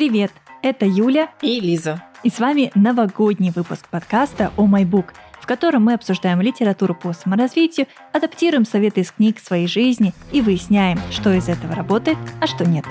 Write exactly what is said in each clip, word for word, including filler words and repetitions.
Привет, это Юля и Лиза. И с вами новогодний выпуск подкаста «О май бук», в котором мы обсуждаем литературу по саморазвитию, адаптируем советы из книг к своей жизни и выясняем, что из этого работает, а что нет.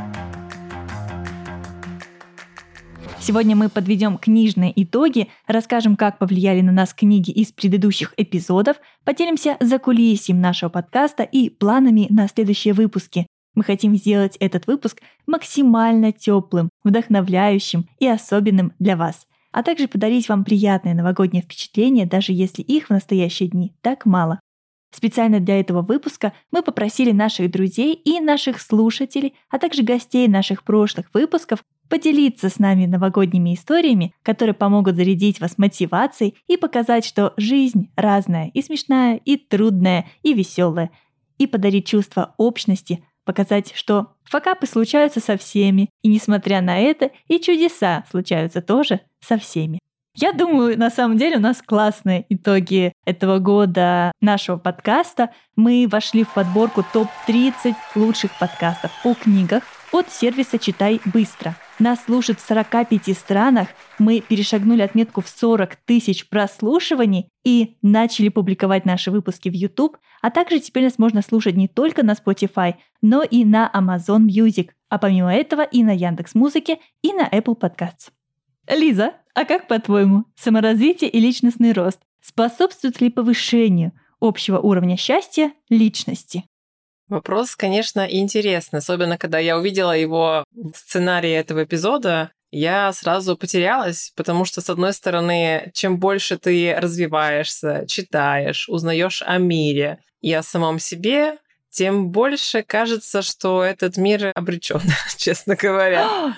Сегодня мы подведем книжные итоги, расскажем, как повлияли на нас книги из предыдущих эпизодов, поделимся закулисьем нашего подкаста и планами на следующие выпуски. Мы хотим сделать этот выпуск максимально теплым, вдохновляющим и особенным для вас, а также подарить вам приятные новогодние впечатления, даже если их в настоящие дни так мало. Специально для этого выпуска мы попросили наших друзей и наших слушателей, а также гостей наших прошлых выпусков поделиться с нами новогодними историями, которые помогут зарядить вас мотивацией и показать, что жизнь разная, и смешная, и трудная, и веселая, и подарить чувство общности, показать, что факапы случаются со всеми, и несмотря на это, и чудеса случаются тоже со всеми. Я думаю, на самом деле у нас классные итоги этого года нашего подкаста. Мы вошли в подборку топ тридцать лучших подкастов о книгах от сервиса «Читай быстро». Нас слушают в сорока пяти странах, мы перешагнули отметку в сорок тысяч прослушиваний и начали публиковать наши выпуски в YouTube, а также теперь нас можно слушать не только на Spotify, но и на Amazon Music, а помимо этого и на Яндекс.Музыке, и на Apple Podcasts. Лиза, а как по-твоему, саморазвитие и личностный рост способствуют ли повышению общего уровня счастья личности? Вопрос, конечно, интересный, особенно когда я увидела его в сценарии этого эпизода, я сразу потерялась, потому что, с одной стороны, чем больше ты развиваешься, читаешь, узнаешь о мире и о самом себе, тем больше кажется, что этот мир обречен, честно говоря.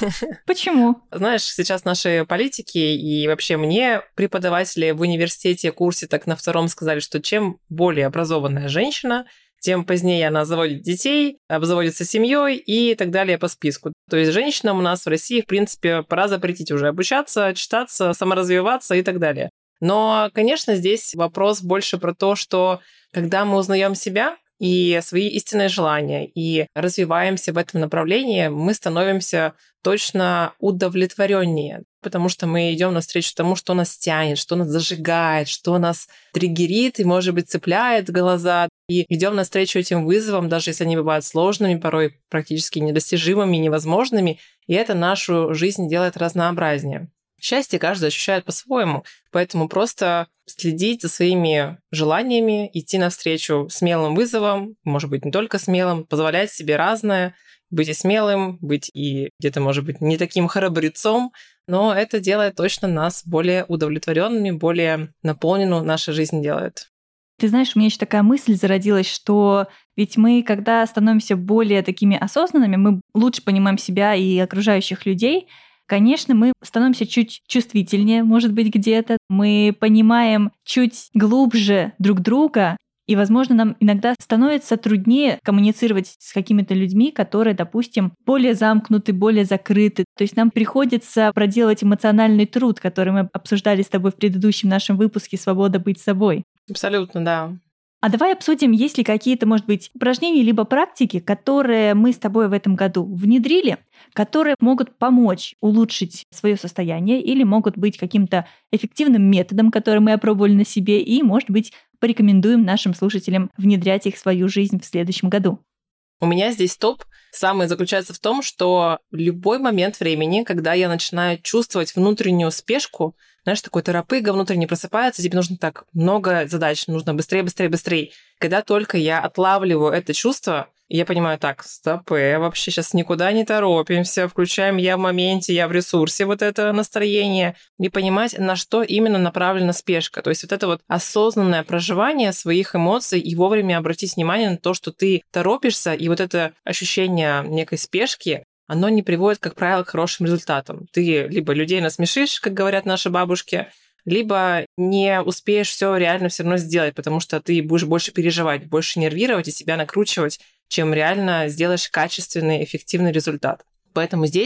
Почему? Знаешь, сейчас наши политики и вообще мне преподаватели в университете, курсе так на втором сказали, что чем более образованная женщина, тем позднее она заводит детей, обзаводится семьей и так далее по списку. То есть женщинам у нас в России, в принципе, пора запретить уже обучаться, читаться, саморазвиваться и так далее. Но, конечно, здесь вопрос больше про то, что когда мы узнаем себя и свои истинные желания, и развиваемся в этом направлении, мы становимся точно удовлетвореннее, потому что мы идем навстречу тому, что нас тянет, что нас зажигает, что нас триггерит и, может быть, цепляет глаза. И идем навстречу этим вызовам, даже если они бывают сложными, порой практически недостижимыми, невозможными, и это нашу жизнь делает разнообразнее. Счастье каждый ощущает по-своему, поэтому просто следить за своими желаниями, идти навстречу смелым вызовам, может быть, не только смелым, позволять себе разное, быть и смелым, быть и где-то, может быть, не таким храбрецом, но это делает точно нас более удовлетворенными, более наполненную наша жизнь делает. Ты знаешь, у меня еще такая мысль зародилась, что ведь мы, когда становимся более такими осознанными, мы лучше понимаем себя и окружающих людей. Конечно, мы становимся чуть чувствительнее, может быть, где-то. Мы понимаем чуть глубже друг друга, и, возможно, нам иногда становится труднее коммуницировать с какими-то людьми, которые, допустим, более замкнуты, более закрыты. То есть нам приходится проделать эмоциональный труд, который мы обсуждали с тобой в предыдущем нашем выпуске «Свобода быть собой». Абсолютно, да. А давай обсудим, есть ли какие-то, может быть, упражнения либо практики, которые мы с тобой в этом году внедрили, которые могут помочь улучшить свое состояние или могут быть каким-то эффективным методом, который мы опробовали на себе, и, может быть, порекомендуем нашим слушателям внедрять их в свою жизнь в следующем году. У меня здесь топ самый заключается в том, что в любой момент времени, когда я начинаю чувствовать внутреннюю спешку, знаешь, такой торопыга внутренне просыпается, тебе нужно так много задач, нужно быстрее, быстрее, быстрее. Когда только я отлавливаю это чувство, я понимаю, так, стоп, вообще сейчас никуда не торопимся, включаем я в моменте, я в ресурсе вот это настроение, и понимать, на что именно направлена спешка. То есть вот это вот осознанное проживание своих эмоций и вовремя обратить внимание на то, что ты торопишься, и вот это ощущение некой спешки, оно не приводит, как правило, к хорошим результатам. Ты либо людей насмешишь, как говорят наши бабушки, либо не успеешь все реально все равно сделать, потому что ты будешь больше переживать, больше нервировать и себя накручивать, чем реально сделаешь качественный, эффективный результат. Поэтому здесь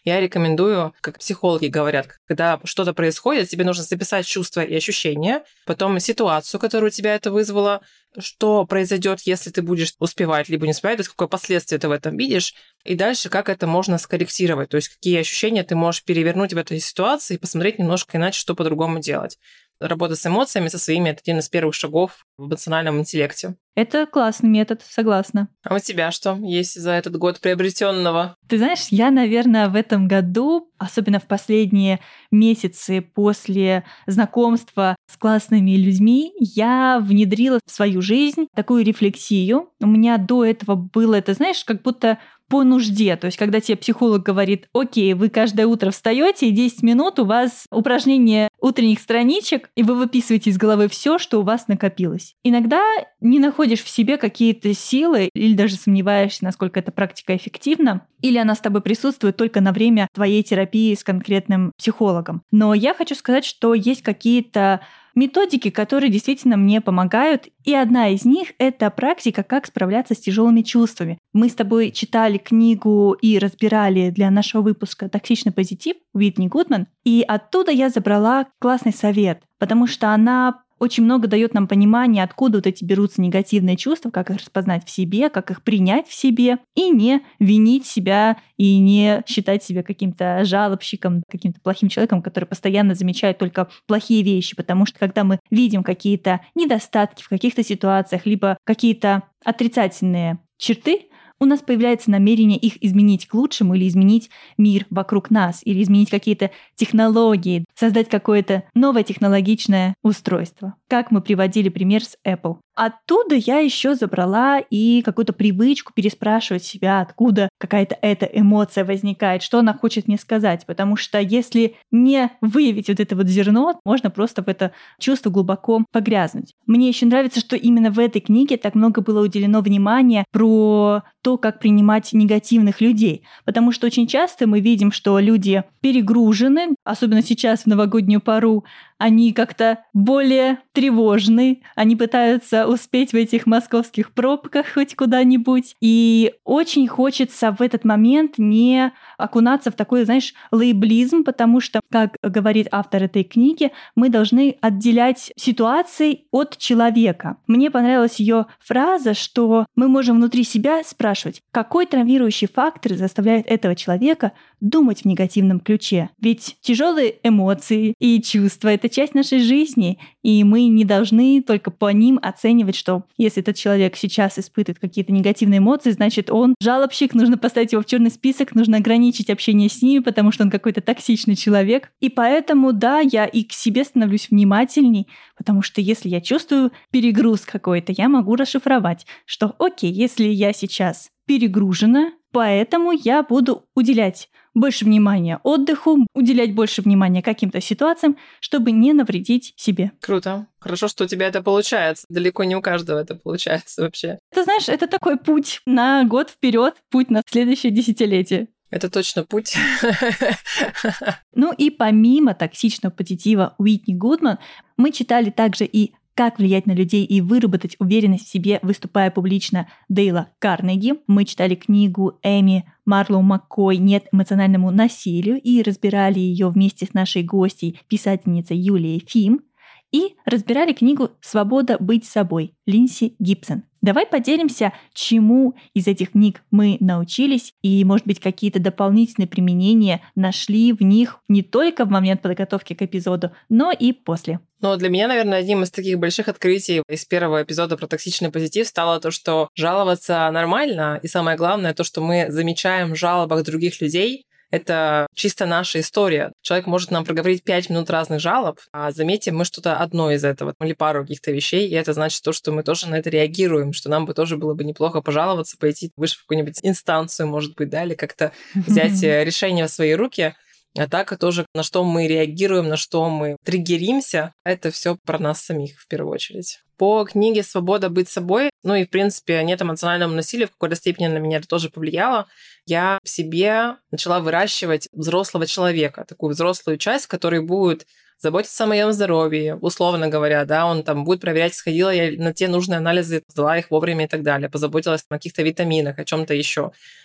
Я рекомендую, как психологи говорят, когда что-то происходит, тебе нужно записать чувства и ощущения, потом ситуацию, которую у тебя это вызвало, что произойдет, если ты будешь успевать либо не успевать, то есть какое последствие ты в этом видишь, и дальше как это можно скорректировать, то есть какие ощущения ты можешь перевернуть в этой ситуации и посмотреть немножко иначе, что по-другому делать. Работа с эмоциями, со своими, это один из первых шагов в эмоциональном интеллекте. Это классный метод, согласна. А у тебя что есть за этот год приобретенного? Ты знаешь, я, наверное, в этом году, особенно в последние месяцы после знакомства с классными людьми, я внедрила в свою жизнь такую рефлексию. У меня до этого было это, знаешь, как будто по нужде. То есть, когда тебе психолог говорит: окей, вы каждое утро встаете, и десять минут у вас упражнение утренних страничек, и вы выписываете из головы все, что у вас накопилось. Иногда не находишь в себе какие-то силы или даже сомневаешься, насколько эта практика эффективна, или она с тобой присутствует только на время твоей терапии с конкретным психологом. Но я хочу сказать, что есть какие-то методики, которые действительно мне помогают. И одна из них — это практика, как справляться с тяжелыми чувствами. Мы с тобой читали книгу и разбирали для нашего выпуска «Токсичный позитив» Уитни Гудман, и оттуда я забрала классный совет, потому что она очень много дает нам понимания, откуда вот эти берутся негативные чувства, как их распознать в себе, как их принять в себе, и не винить себя, и не считать себя каким-то жалобщиком, каким-то плохим человеком, который постоянно замечает только плохие вещи. Потому что когда мы видим какие-то недостатки в каких-то ситуациях, либо какие-то отрицательные черты, у нас появляется намерение их изменить к лучшему или изменить мир вокруг нас, или изменить какие-то технологии, создать какое-то новое технологичное устройство. Как мы приводили пример с Apple. Оттуда я еще забрала и какую-то привычку переспрашивать себя, откуда какая-то эта эмоция возникает, что она хочет мне сказать. Потому что если не выявить вот это вот зерно, можно просто в это чувство глубоко погрязнуть. Мне еще нравится, что именно в этой книге так много было уделено внимания про то, как принимать негативных людей. Потому что очень часто мы видим, что люди перегружены, особенно сейчас в новогоднюю пору, они как-то более тревожны, они пытаются успеть в этих московских пробках хоть куда-нибудь. И очень хочется в этот момент не окунаться в такой, знаешь, лейблизм, потому что, как говорит автор этой книги, мы должны отделять ситуации от человека. Мне понравилась ее фраза, что мы можем внутри себя спрашивать, какой травмирующий фактор заставляет этого человека думать в негативном ключе. Ведь тяжелые эмоции и чувства — это часть нашей жизни, и мы не должны только по ним оценивать, что если этот человек сейчас испытывает какие-то негативные эмоции, значит, он жалобщик, нужно поставить его в черный список, нужно ограничить общение с ними, потому что он какой-то токсичный человек. И поэтому, да, я и к себе становлюсь внимательней, потому что если я чувствую перегруз какой-то, я могу расшифровать, что окей, если я сейчас перегружена, поэтому я буду уделять больше внимания отдыху, уделять больше внимания каким-то ситуациям, чтобы не навредить себе. Круто. Хорошо, что у тебя это получается. Далеко не у каждого это получается вообще. Ты знаешь, это такой путь на год вперед, путь на следующее десятилетие. Это точно путь. Ну и помимо токсичного позитива Уитни Гудман, мы читали также и «Как влиять на людей и выработать уверенность в себе, выступая публично» Дейла Карнеги. Мы читали книгу Эми Марлоу Маккой «Нет эмоциональному насилию» и разбирали ее вместе с нашей гостьей, писательницей Юлией Фим. И разбирали книгу «Свобода быть собой» Линдси Гибсон. Давай поделимся, чему из этих книг мы научились, и, может быть, какие-то дополнительные применения нашли в них не только в момент подготовки к эпизоду, но и после. Но для меня, наверное, одним из таких больших открытий из первого эпизода про токсичный позитив стало то, что жаловаться нормально, и самое главное, то, что мы замечаем в жалобах других людей. Это чисто наша история. Человек может нам проговорить пять минут разных жалоб, а заметим мы что-то одно из этого, или пару каких-то вещей, и это значит то, что мы тоже на это реагируем, что нам бы тоже было бы неплохо пожаловаться, пойти выше в какую-нибудь инстанцию, может быть, да, или как-то взять решение в свои руки. А так тоже, на что мы реагируем, на что мы триггеримся, это все про нас самих в первую очередь. По книге «Свобода быть собой», ну и, в принципе, «Нет эмоционального насилия», в какой-то степени на меня это тоже повлияло, я в себе начала выращивать взрослого человека, такую взрослую часть, которая будет заботиться о моем здоровье, условно говоря, да, он там будет проверять, сходила я на те нужные анализы, сдала их вовремя и так далее, позаботилась о каких-то витаминах, о чем-то еще.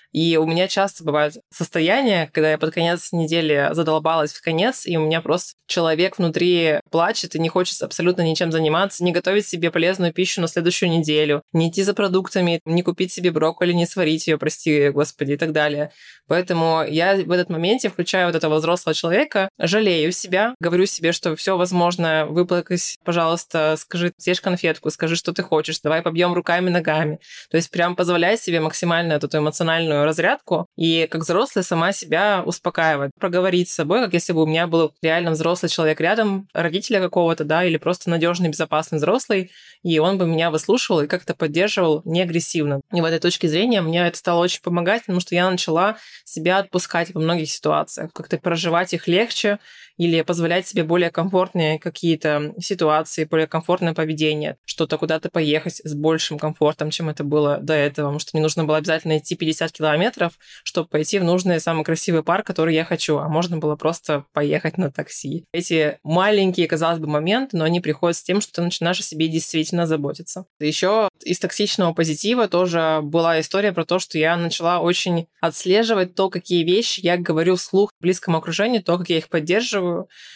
И у меня часто бывают состояния, когда я под конец недели задолбалась в конец, и у меня просто человек внутри плачет и не хочет абсолютно ничем заниматься, не готовить себе полезную пищу на следующую неделю, не идти за продуктами, не купить себе брокколи, не сварить ее, прости господи, и так далее. Поэтому я в этот моменте включаю вот этого взрослого человека, жалею себя, говорю себе, что все возможно, выплакайся, пожалуйста, скажи, съешь конфетку, скажи, что ты хочешь, давай побьем руками, ногами. То есть прям позволяй себе максимально эту эмоциональную разрядку и как взрослый сама себя успокаивать, проговорить с собой, как если бы у меня был реально взрослый человек рядом, родителя какого-то, да, или просто надежный, безопасный взрослый, и он бы меня выслушивал и как-то поддерживал не агрессивно. И в этой точке зрения мне это стало очень помогать, потому что я начала себя отпускать во многих ситуациях, как-то проживать их легче или позволять себе более комфортные какие-то ситуации, более комфортное поведение, что-то куда-то поехать с большим комфортом, чем это было до этого, потому что мне нужно было обязательно идти пятьдесят километров, чтобы пойти в нужный самый красивый парк, который я хочу, а можно было просто поехать на такси. Эти маленькие, казалось бы, моменты, но они приходят с тем, что ты начинаешь о себе действительно заботиться. Еще из токсичного позитива тоже была история про то, что я начала очень отслеживать то, какие вещи я говорю вслух в близком окружении, то, как я их поддерживаю,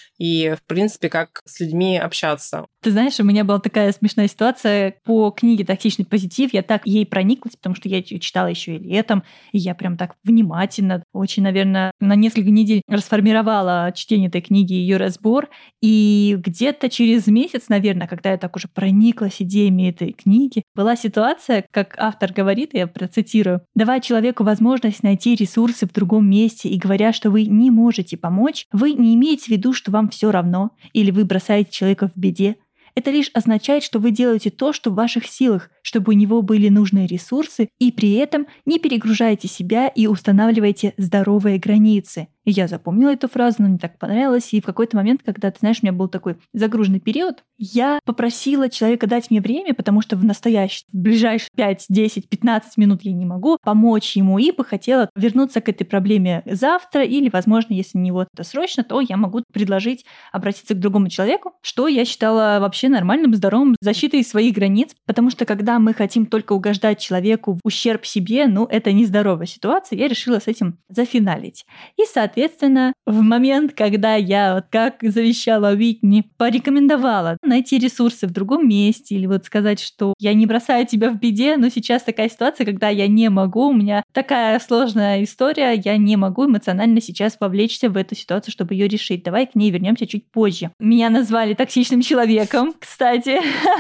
и, в принципе, как с людьми общаться. Ты знаешь, у меня была такая смешная ситуация по книге «Токсичный позитив». Я так ей прониклась, потому что я ее читала еще и летом, и я прям так внимательно, очень, наверное, на несколько недель расформировала чтение этой книги и ее разбор. И где-то через месяц, наверное, когда я так уже прониклась идеями этой книги, была ситуация, как автор говорит, я процитирую: «Давая человеку возможность найти ресурсы в другом месте и говоря, что вы не можете помочь, вы не имеете в виду, что вам все равно, или вы бросаете человека в беде. Это лишь означает, что вы делаете то, что в ваших силах, чтобы у него были нужные ресурсы, и при этом не перегружаете себя и устанавливаете здоровые границы». И я запомнила эту фразу, но мне так понравилось. И в какой-то момент, когда, ты знаешь, у меня был такой загруженный период, я попросила человека дать мне время, потому что в настоящий, в ближайшие пять, десять, пятнадцать минут я не могу помочь ему, и бы хотела вернуться к этой проблеме завтра, или, возможно, если не вот это срочно, то я могу предложить обратиться к другому человеку, что я считала вообще нормальным, здоровым, защитой своих границ, потому что когда мы хотим только угождать человеку в ущерб себе, ну, это нездоровая ситуация, я решила с этим зафиналить. И, соответственно, Соответственно, в момент, когда я, вот как завещала Уитни, порекомендовала найти ресурсы в другом месте или вот сказать, что я не бросаю тебя в беде, но сейчас такая ситуация, когда я не могу, у меня такая сложная история, я не могу эмоционально сейчас вовлечься в эту ситуацию, чтобы ее решить. Давай к ней вернемся чуть позже. Меня назвали токсичным человеком, кстати.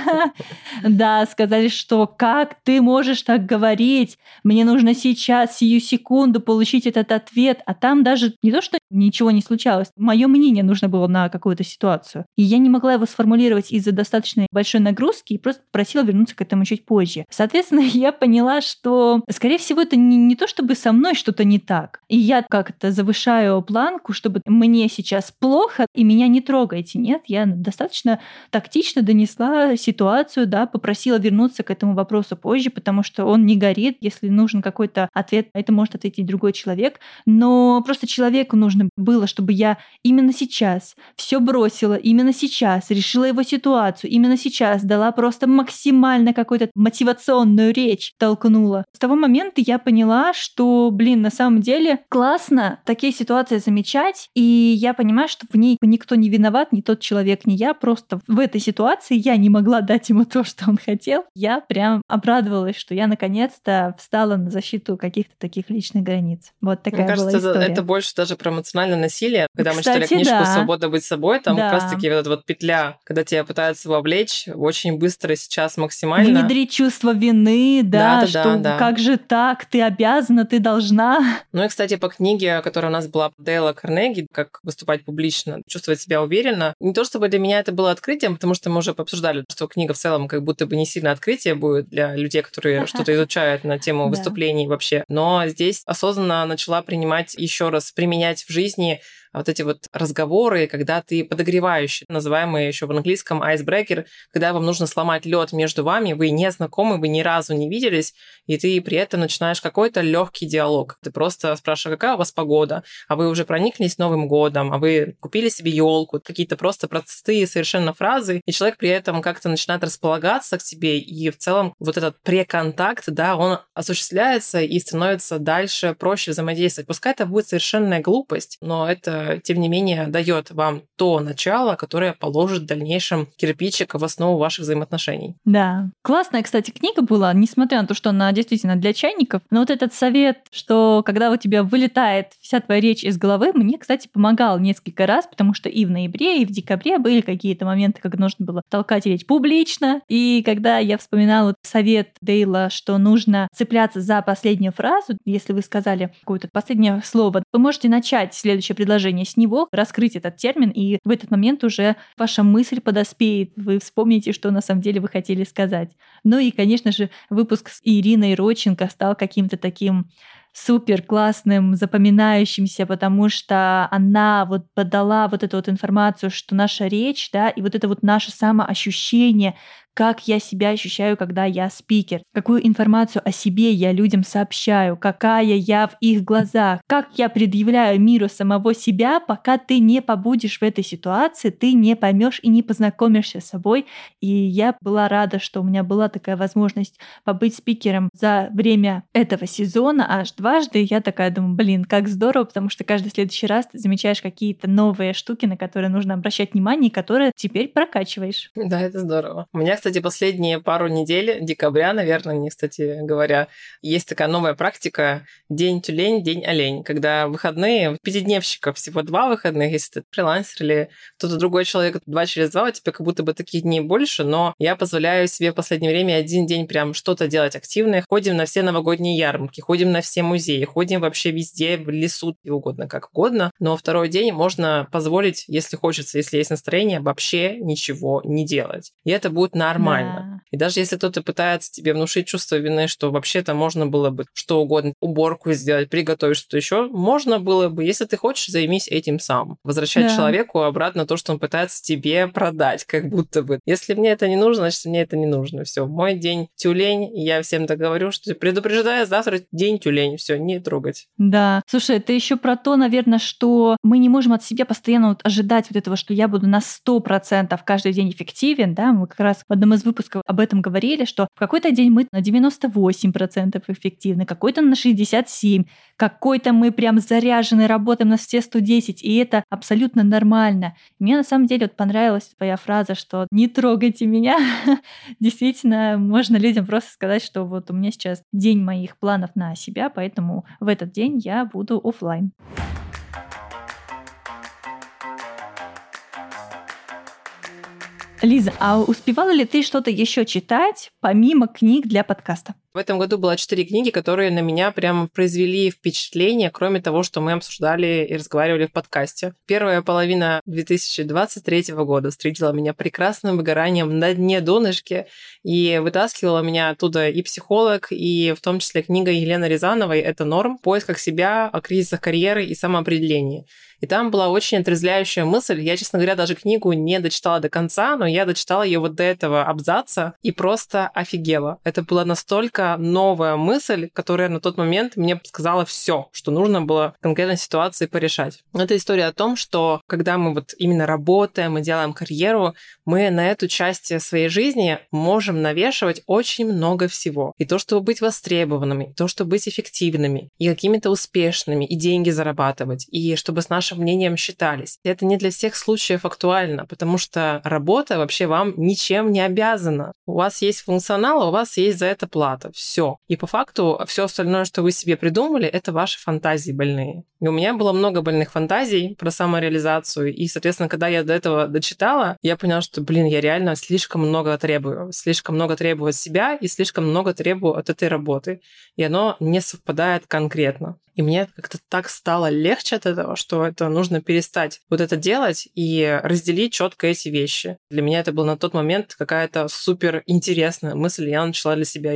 Да, сказали, что как ты можешь так говорить? Мне нужно сейчас, сию секунду получить этот ответ, а там даже не то, что ничего не случалось, мое мнение нужно было на какую-то ситуацию. И я не могла его сформулировать из-за достаточно большой нагрузки и просто просила вернуться к этому чуть позже. Соответственно, я поняла, что, скорее всего, это не, не то, чтобы со мной что-то не так. И я как-то завышаю планку, чтобы мне сейчас плохо, и меня не трогайте. Нет, я достаточно тактично донесла ситуацию, да, попросила вернуться к этому вопросу позже, потому что он не горит. Если нужен какой-то ответ, это может ответить другой человек. Но просто человеку нужно было, чтобы я именно сейчас все бросила, именно сейчас решила его ситуацию, именно сейчас дала просто максимально какую-то мотивационную речь, толкнула. С того момента я поняла, что, блин, на самом деле классно такие ситуации замечать, и я понимаю, что в ней никто не виноват, ни тот человек, ни я, просто в этой ситуации я не могла дать ему то, что он хотел. Я прям обрадовалась, что я наконец-то встала на защиту каких-то таких личных границ. Вот такая Мне была кажется, история. Это больше даже про эмоциональное насилие. Когда Кстати, мы читали книжку да. «Свобода быть собой», там Да. как раз-таки вот эта вот петля, когда тебя пытаются вовлечь очень быстро сейчас максимально. Внедрить чувство вины, да, Да, да, что да, да. как же так, ты обязана, ты должна. Ну и, кстати, по книге, которая у нас была Дейла Карнеги, «Как выступать публично, чувствовать себя уверенно», не то чтобы для меня это было открытием, потому что мы уже обсуждали, что книга в целом как будто бы не сильно открытие будет для людей, которые что-то изучают на тему выступлений вообще. Но здесь осознанно начала принимать еще раз, применять в жизни вот эти вот разговоры, когда ты подогревающий, называемый еще в английском icebreaker, когда вам нужно сломать лед между вами, вы не знакомы, вы ни разу не виделись, и ты при этом начинаешь какой-то легкий диалог. Ты просто спрашиваешь, какая у вас погода, а вы уже прониклись Новым годом, а вы купили себе елку, какие-то просто простые совершенно фразы, и человек при этом как-то начинает располагаться к тебе, и в целом вот этот преконтакт, да, он осуществляется и становится дальше проще взаимодействовать. Пускай это будет совершенная глупость, но это, тем не менее, дает вам то начало, которое положит в дальнейшем кирпичик в основу ваших взаимоотношений. Да. Классная, кстати, книга была, несмотря на то, что она действительно для чайников. Но вот этот совет, что когда у тебя вылетает вся твоя речь из головы, мне, кстати, помогал несколько раз, потому что и в ноябре, и в декабре были какие-то моменты, когда нужно было толкать речь публично. И когда я вспоминала совет Дейла, что нужно цепляться за последнюю фразу, если вы сказали какое-то последнее слово, вы можете начать следующее предложение с него, раскрыть этот термин, и в этот момент уже ваша мысль подоспеет, вы вспомните, что на самом деле вы хотели сказать. Ну и, конечно же, выпуск с Ириной Родченко стал каким-то таким супер классным, запоминающимся, потому что она вот подала вот эту вот информацию, что наша речь, да, и вот это вот наше самоощущение, как я себя ощущаю, когда я спикер, какую информацию о себе я людям сообщаю, какая я в их глазах, как я предъявляю миру самого себя, пока ты не побудешь в этой ситуации, ты не поймешь и не познакомишься с собой. И я была рада, что у меня была такая возможность побыть спикером за время этого сезона аж дважды. Я такая думаю, блин, как здорово, потому что каждый следующий раз ты замечаешь какие-то новые штуки, на которые нужно обращать внимание, и которые теперь прокачиваешь. Да, это здорово. У меня, кстати, последние пару недель, декабря, наверное, не, кстати говоря, есть такая новая практика день тюлень, день олень, когда выходные, пятидневщиков всего два выходных, если ты фрилансер или кто-то другой человек, два через два, у тебя как будто бы таких дней больше, но я позволяю себе в последнее время один день прям что-то делать активное. Ходим на все новогодние ярмарки, ходим на все музеи, ходим вообще везде, в лесу, и угодно, как угодно, но второй день можно позволить, если хочется, если есть настроение, вообще ничего не делать. И это будет нормально. Да. И даже если кто-то пытается тебе внушить чувство вины, что вообще-то можно было бы что угодно, уборку сделать, приготовить что-то еще, можно было бы, если ты хочешь, займись этим сам. Возвращать да. человеку обратно то, что он пытается тебе продать, как будто бы. Если мне это не нужно, значит, мне это не нужно. Все, мой день тюлень, я всем так говорю, что предупреждаю, завтра день тюлень, все, не трогать. Да. Слушай, это еще про то, наверное, что мы не можем от себя постоянно вот ожидать вот этого, что я буду на сто процентов каждый день эффективен, да, мы как раз в одном из выпусков об этом говорили, что в какой-то день мы на девяносто восемь процентов эффективны, какой-то на шестьдесят семь процентов, какой-то мы прям заряжены, работаем на все сто десять, и это абсолютно нормально. Мне на самом деле вот понравилась твоя фраза, что не трогайте меня. Действительно, можно людям просто сказать, что вот у меня сейчас день моих планов на себя, поэтому в этот день я буду офлайн. Лиза, а успевала ли ты что-то еще читать, помимо книг для подкаста? В этом году было четыре книги, которые на меня прямо произвели впечатление, кроме того, что мы обсуждали и разговаривали в подкасте. Первая половина две тысячи двадцать третьего года встретила меня прекрасным выгоранием на дне донышки и вытаскивала меня оттуда и психолог, и в том числе книга Елены Рязановой «Это норм. В поисках себя, о кризисах карьеры и самоопределении». И там была очень отрезвляющая мысль. Я, честно говоря, даже книгу не дочитала до конца, но я дочитала ее вот до этого абзаца и просто офигела. Это была настолько новая мысль, которая на тот момент мне подсказала все, что нужно было в конкретной ситуации порешать. Это история о том, что когда мы вот именно работаем и делаем карьеру, мы на эту часть своей жизни можем навешивать очень много всего. И то, чтобы быть востребованными, и то, чтобы быть эффективными, и какими-то успешными, и деньги зарабатывать, и чтобы с нашим мнением считались. И это не для всех случаев актуально, потому что работа вообще вам ничем не обязана. У вас есть функционал, а у вас есть за это плата. Все. И по факту все остальное, что вы себе придумали, это ваши фантазии больные. И у меня было много больных фантазий про самореализацию. И, соответственно, когда я до этого дочитала, я поняла, что, блин, я реально слишком много требую. Слишком много требую от себя и слишком много требую от этой работы. И оно не совпадает конкретно. И мне как-то так стало легче от этого, что это нужно перестать вот это делать и разделить четко эти вещи. Для меня это была на тот момент какая-то супер интересная мысль, и я начала для себя ее крутить.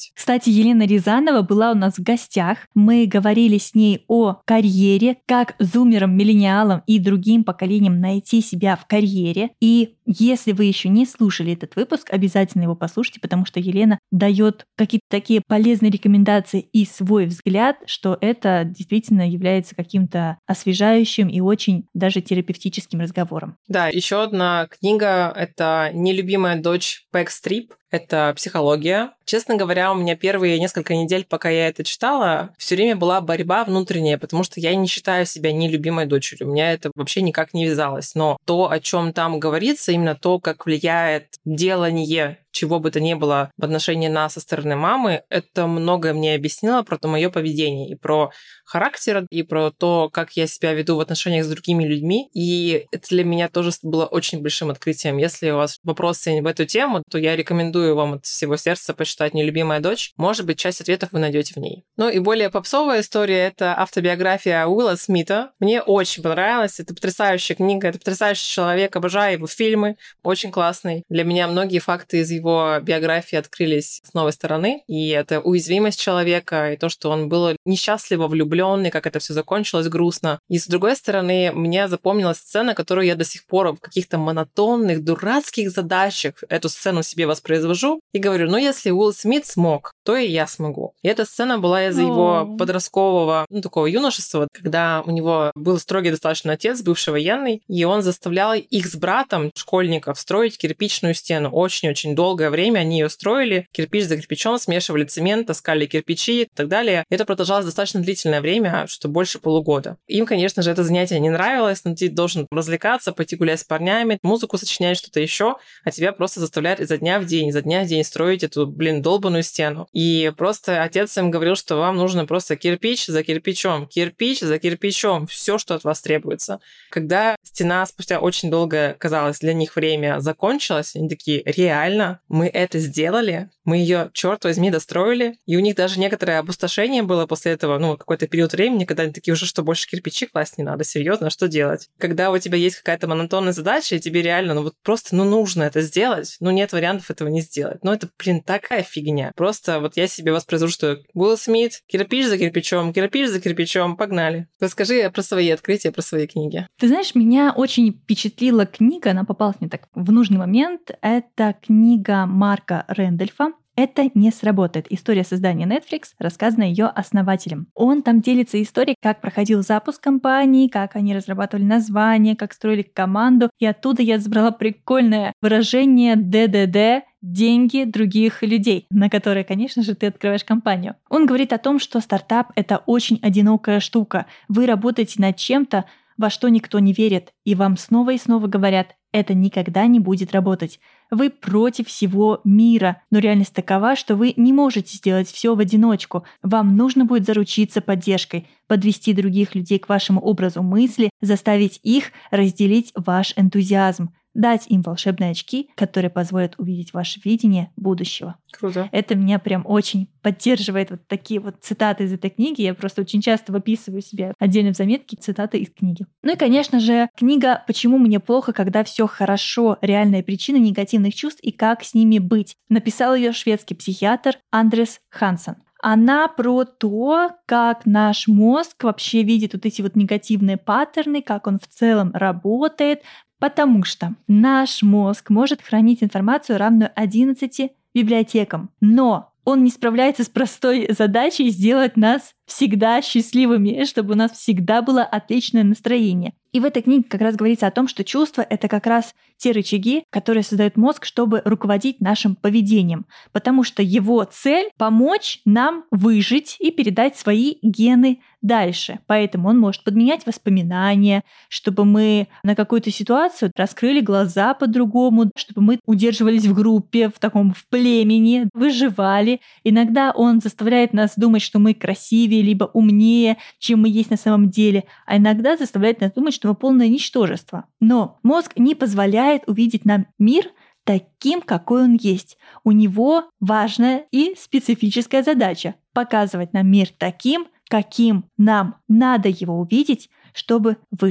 увидеть. Кстати, Елена Рязанова была у нас в гостях. Мы говорили с ней о карьере, как зумерам, миллениалам и другим поколениям найти себя в карьере. И если вы еще не слушали этот выпуск, обязательно его послушайте, потому что Елена дает какие-то такие полезные рекомендации и свой взгляд, что это действительно является каким-то освежающим и очень даже терапевтическим разговором. Да, еще одна книга — это «Нелюбимая дочь Бэкстрип». Это психология. Честно говоря, у меня первые несколько недель, пока я это читала, все время была борьба внутренняя, потому что я не считаю себя нелюбимой дочерью. У меня это вообще никак не вязалось. Но то, о чем там говорится, именно то, как влияет делание чего бы то ни было в отношении нас со стороны мамы, это многое мне объяснило про то мое поведение и про характер, и про то, как я себя веду в отношениях с другими людьми. И это для меня тоже было очень большим открытием. Если у вас вопросы в эту тему, то я рекомендую вам от всего сердца почитать «Нелюбимая дочь». Может быть, часть ответов вы найдете в ней. Ну и более попсовая история — это автобиография Уилла Смита. Мне очень понравилась. Это потрясающая книга, это потрясающий человек. Обожаю его фильмы. Очень классный. Для меня многие факты из его его биографии открылись с новой стороны, и это уязвимость человека, и то, что он был несчастливо влюблён, и как это все закончилось грустно. И с другой стороны, мне запомнилась сцена, которую я до сих пор в каких-то монотонных, дурацких задачах эту сцену себе воспроизвожу и говорю, ну если Уилл Смит смог, то и я смогу. И эта сцена была из-за его подросткового, ну такого юношества, когда у него был строгий достаточно отец, бывший военный, и он заставлял их с братом, школьников, строить кирпичную стену. Очень-очень долго долгое время они ее строили, кирпич за кирпичом, смешивали цемент, таскали кирпичи и так далее. Это продолжалось достаточно длительное время, что больше полугода. Им, конечно же, это занятие не нравилось, но ты должен развлекаться, пойти гулять с парнями, музыку сочинять, что-то еще, а тебя просто заставляют изо дня в день, изо дня в день строить эту, блин, долбаную стену. И просто отец им говорил, что вам нужно просто кирпич за кирпичом, кирпич за кирпичом, все, что от вас требуется. Когда стена спустя очень долгое, казалось, для них время закончилась, они такие, реально? Мы это сделали, мы ее, черт возьми, достроили, и у них даже некоторое опустошение было после этого, ну, какой-то период времени, когда они такие уже, что больше кирпичи класть не надо, серьезно, что делать? Когда у тебя есть какая-то монотонная задача, и тебе реально, ну, вот просто, ну, нужно это сделать, ну, нет вариантов этого не сделать. Ну, это, блин, такая фигня. Просто вот я себе воспроизвожу, что Уилл Смит, кирпич за кирпичом, кирпич за кирпичом, погнали. Расскажи про свои открытия, про свои книги. Ты знаешь, меня очень впечатлила книга, она попалась мне так в нужный момент. Это книга Марка Рэндольфа. «Это не сработает». История создания Netflix, рассказана ее основателем. Он там делится историей, как проходил запуск компании, как они разрабатывали название, как строили команду. И оттуда я забрала прикольное выражение «ДДД», деньги других людей, на которые, конечно же, ты открываешь компанию. Он говорит о том, что стартап — это очень одинокая штука. Вы работаете над чем-то, во что никто не верит, и вам снова и снова говорят, это никогда не будет работать. Вы против всего мира, но реальность такова, что вы не можете сделать все в одиночку. Вам нужно будет заручиться поддержкой, подвести других людей к вашему образу мысли, заставить их разделить ваш энтузиазм, дать им волшебные очки, которые позволят увидеть ваше видение будущего. Круто. Это меня прям очень поддерживает. Вот такие вот цитаты из этой книги. Я просто очень часто выписываю себе отдельно в заметки цитаты из книги. Ну и, конечно же, книга «Почему мне плохо, когда все хорошо. Реальные причины негативных чувств и как с ними быть». Написал ее шведский психиатр Андрес Ханссон. Она про то, как наш мозг вообще видит вот эти вот негативные паттерны, как он в целом работает, потому что наш мозг может хранить информацию, равную одиннадцати библиотекам, но он не справляется с простой задачей сделать нас всегда счастливыми, чтобы у нас всегда было отличное настроение. И в этой книге как раз говорится о том, что чувства — это как раз те рычаги, которые создает мозг, чтобы руководить нашим поведением, потому что его цель — помочь нам выжить и передать свои гены дальше. Поэтому он может подменять воспоминания, чтобы мы на какую-то ситуацию раскрыли глаза по-другому, чтобы мы удерживались в группе, в таком в племени, выживали. Иногда он заставляет нас думать, что мы красивее, либо умнее, чем мы есть на самом деле, а иногда заставляет нас думать, что мы полное ничтожество. Но мозг не позволяет увидеть нам мир таким, какой он есть. У него важная и специфическая задача — показывать нам мир таким, каким нам надо его увидеть, чтобы выжить.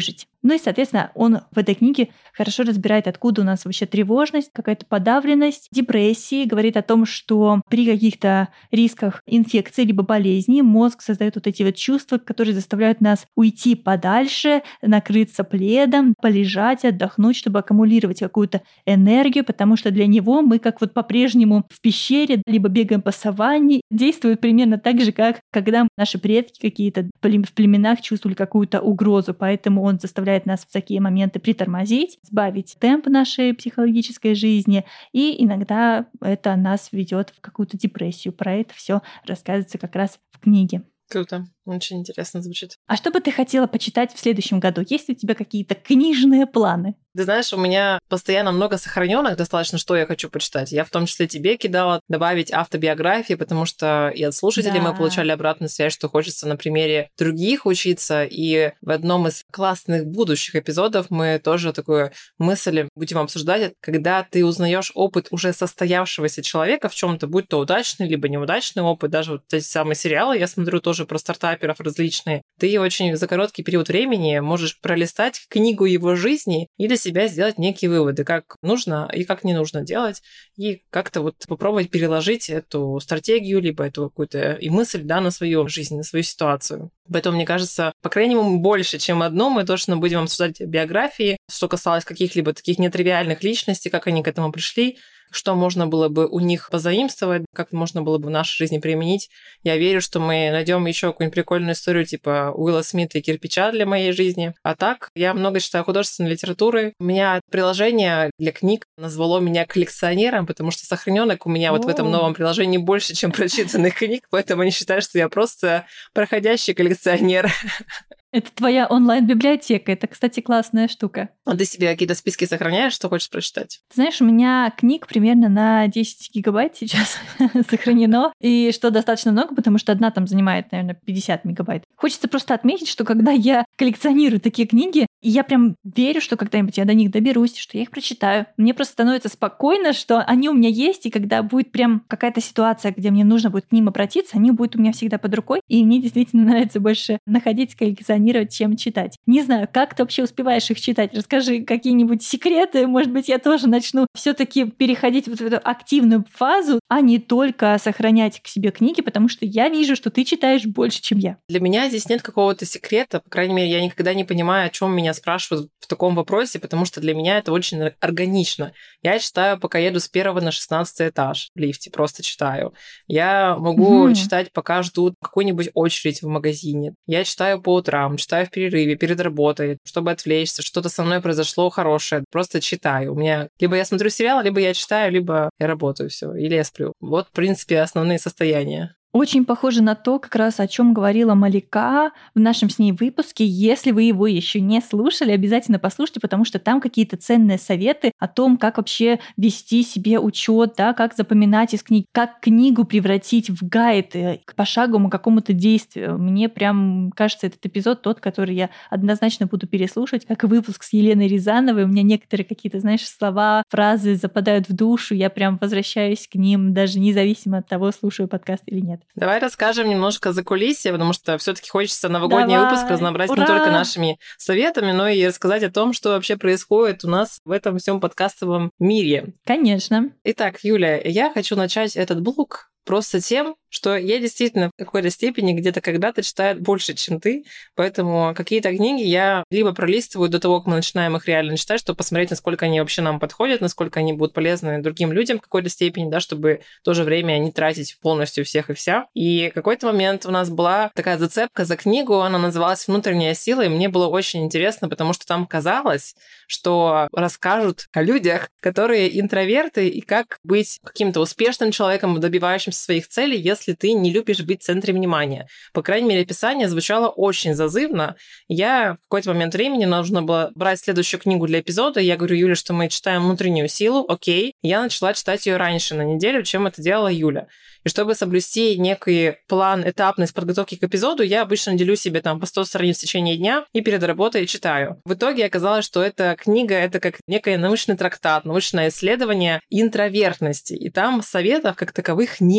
Ну и, соответственно, он в этой книге хорошо разбирает, откуда у нас вообще тревожность, какая-то подавленность, депрессии, говорит о том, что при каких-то рисках инфекции либо болезни мозг создает вот эти вот чувства, которые заставляют нас уйти подальше, накрыться пледом, полежать, отдохнуть, чтобы аккумулировать какую-то энергию, потому что для него мы как вот по-прежнему в пещере, либо бегаем по саванне, действует примерно так же, как когда наши предки какие-то в племенах чувствовали какую-то угрозу, поэтому он заставляет нас в такие моменты притормозить, сбавить темп нашей психологической жизни, и иногда это нас ведет в какую-то депрессию. Про это все рассказывается как раз в книге. Круто. Очень интересно звучит. А что бы ты хотела почитать в следующем году? Есть ли у тебя какие-то книжные планы? Ты знаешь, у меня постоянно много сохраненных, достаточно, что я хочу почитать. Я в том числе тебе кидала добавить автобиографии, потому что и от слушателей да. мы получали обратную связь, что хочется на примере других учиться. И в одном из классных будущих эпизодов мы тоже такую мысль будем обсуждать, когда ты узнаешь опыт уже состоявшегося человека в чем-то, будь то удачный либо неудачный опыт, даже вот эти самые сериалы, я смотрю тоже про стартаперов различные. Ты очень за короткий период времени можешь пролистать книгу его жизни и для себя сделать некие выводы, как нужно и как не нужно делать, и как-то вот попробовать переложить эту стратегию, либо эту какую-то и мысль, да, на свою жизнь, на свою ситуацию. Поэтому, мне кажется, по крайней мере, больше, чем одно, мы точно будем обсуждать биографии, что касалось каких-либо таких нетривиальных личностей, как они к этому пришли, что можно было бы у них позаимствовать, как можно было бы в нашей жизни применить. Я верю, что мы найдем еще какую-нибудь прикольную историю типа Уилла Смита и кирпича для моей жизни. А так, я много читаю художественной литературы. У меня приложение для книг назвало меня коллекционером, потому что сохраненок у меня О. вот в этом новом приложении больше, чем прочитанных книг, поэтому они считают, что я просто проходящий коллекционер. Это твоя онлайн-библиотека. Это, кстати, классная штука. А ты себе какие-то списки сохраняешь, что хочешь прочитать? Ты знаешь, у меня книг примерно на десять гигабайт сейчас сохранено, и что достаточно много, потому что одна там занимает, наверное, пятьдесят мегабайт. Хочется просто отметить, что когда я коллекционирую такие книги, я прям верю, что когда-нибудь я до них доберусь, что я их прочитаю. Мне просто становится спокойно, что они у меня есть, и когда будет прям какая-то ситуация, где мне нужно будет к ним обратиться, они будут у меня всегда под рукой, и мне действительно нравится больше находить, коллекционировать, чем читать. Не знаю, как ты вообще успеваешь их читать? Расскажи какие-нибудь секреты, может быть, я тоже начну все-таки переходить вот в эту активную фазу, а не только сохранять к себе книги, потому что я вижу, что ты читаешь больше, чем я. Для меня здесь нет какого-то секрета, по крайней мере, я никогда не понимаю, о чем меня спрашивают в таком вопросе, потому что для меня это очень органично. Я читаю, пока еду с первого на шестнадцатый этаж в лифте, просто читаю. Я могу mm-hmm. читать, пока жду какую-нибудь очередь в магазине. Я читаю по утрам, читаю в перерыве, перед работой, чтобы отвлечься, что-то со мной произошло хорошее, просто читаю. У меня либо я смотрю сериал, либо я читаю, либо я работаю, все, или я сплю. Вот, в принципе, основные состояния. Очень похоже на то, как раз о чем говорила Малика в нашем с ней выпуске. Если вы его еще не слушали, обязательно послушайте, потому что там какие-то ценные советы о том, как вообще вести себе учет, да, как запоминать из книг, как книгу превратить в гайд к пошаговому какому-то действию. Мне прям кажется, этот эпизод тот, который я однозначно буду переслушать, как и выпуск с Еленой Рязановой. У меня некоторые какие-то, знаешь, слова, фразы западают в душу, я прям возвращаюсь к ним, даже независимо от того, слушаю подкаст или нет. Давай расскажем немножко за кулисье, потому что все-таки хочется новогодний Давай. выпуск разнообразить Ура! не только нашими советами, но и рассказать о том, что вообще происходит у нас в этом всем подкастовом мире. Конечно. Итак, Юля, я хочу начать этот блог просто тем, что я действительно в какой-то степени где-то когда-то читаю больше, чем ты, поэтому какие-то книги я либо пролистываю до того, как мы начинаем их реально читать, чтобы посмотреть, насколько они вообще нам подходят, насколько они будут полезны другим людям в какой-то степени, да, чтобы в то же время не тратить полностью всех и вся. И в какой-то момент у нас была такая зацепка за книгу, она называлась «Внутренняя сила», и мне было очень интересно, потому что там казалось, что расскажут о людях, которые интроверты, и как быть каким-то успешным человеком, добивающимся своих целей, если если ты не любишь быть в центре внимания. По крайней мере, описание звучало очень зазывно. Я в какой-то момент времени нужно было брать следующую книгу для эпизода. Я говорю Юле, что мы читаем «Внутреннюю силу». Окей. Я начала читать ее раньше на неделю, чем это делала Юля. И чтобы соблюсти некий план, этапность подготовки к эпизоду, я обычно делю себе там по сто страниц в течение дня и перед работой читаю. В итоге оказалось, что эта книга — это как некий научный трактат, научное исследование интровертности. И там советов как таковых нет.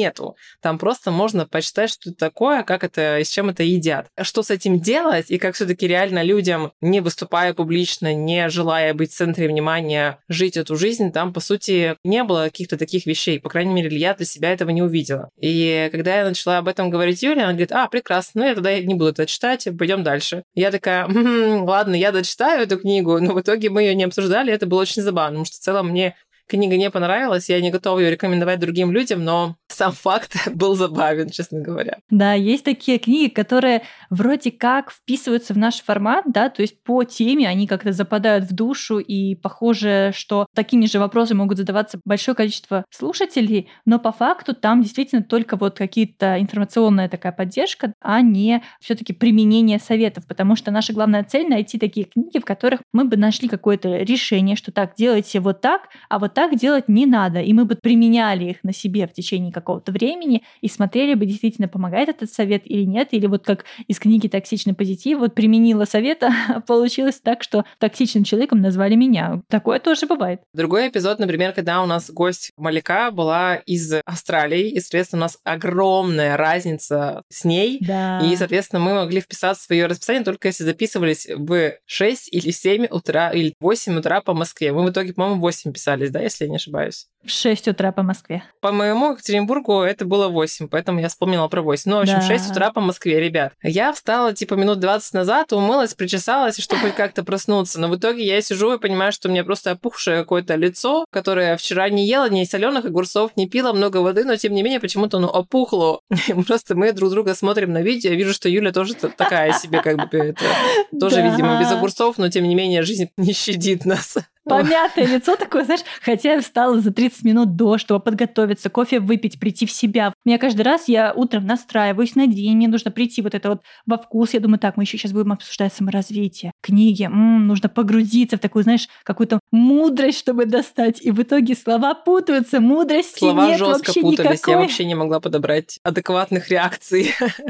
нету. Там просто можно почитать, что это такое, как это, и с чем это едят. Что с этим делать, и как все-таки реально людям, не выступая публично, не желая быть в центре внимания, жить эту жизнь, там, по сути, не было каких-то таких вещей. По крайней мере, я для себя этого не увидела. И когда я начала об этом говорить Юле, она говорит: а, прекрасно, ну я тогда не буду это читать, пойдем дальше. Я такая: м-м, ладно, я дочитаю эту книгу, но в итоге мы ее не обсуждали, это было очень забавно, потому что в целом мне книга не понравилась, я не готова ее рекомендовать другим людям, но сам факт был забавен, честно говоря. Да, есть такие книги, которые вроде как вписываются в наш формат, да, то есть по теме они как-то западают в душу, и похоже, что такими же вопросами могут задаваться большое количество слушателей, но по факту там действительно только вот какие-то информационная такая поддержка, а не все-таки применение советов, потому что наша главная цель — найти такие книги, в которых мы бы нашли какое-то решение, что так, делайте вот так, а вот так делать не надо. И мы бы применяли их на себе в течение какого-то времени и смотрели бы, действительно помогает этот совет или нет. Или вот как из книги «Токсичный позитив», вот применила совет, а получилось так, что токсичным человеком назвали меня. Такое тоже бывает. Другой эпизод, например, когда у нас гость Малика была из Австралии, и, соответственно, у нас огромная разница с ней. Да. И, соответственно, мы могли вписаться в ее расписание только если записывались в шесть или семь утра, или восемь утра по Москве. Мы в итоге, по-моему, в восемь писались, да, если я не ошибаюсь. В шесть утра по Москве. По моему Екатеринбургу это было восемь, поэтому я вспомнила про восемь. Ну, в общем, Да. шесть утра по Москве, ребят. Я встала, типа, минут двадцать назад, умылась, причесалась, чтобы хоть как-то проснуться. Но в итоге я сижу и понимаю, что у меня просто опухшее какое-то лицо, которое вчера не ела ни соленых огурцов, не пила много воды, но, тем не менее, почему-то оно опухло. Просто мы друг друга смотрим на видео, я вижу, что Юля тоже такая себе, как бы, это, тоже, видимо, без огурцов, но, тем не менее, жизнь не щадит нас. Помятое лицо такое, знаешь, хотя я встала за тридцать минут до, чтобы подготовиться, кофе выпить, прийти в себя. Меня каждый раз, я утром настраиваюсь на день, мне нужно прийти вот это вот во вкус. Я думаю, так, мы еще сейчас будем обсуждать саморазвитие, книги, м-м, нужно погрузиться в такую, знаешь, какую-то мудрость, чтобы достать. И в итоге слова путаются, мудрости Слова нет жестко вообще путались, никакой. я вообще не могла подобрать адекватных реакций.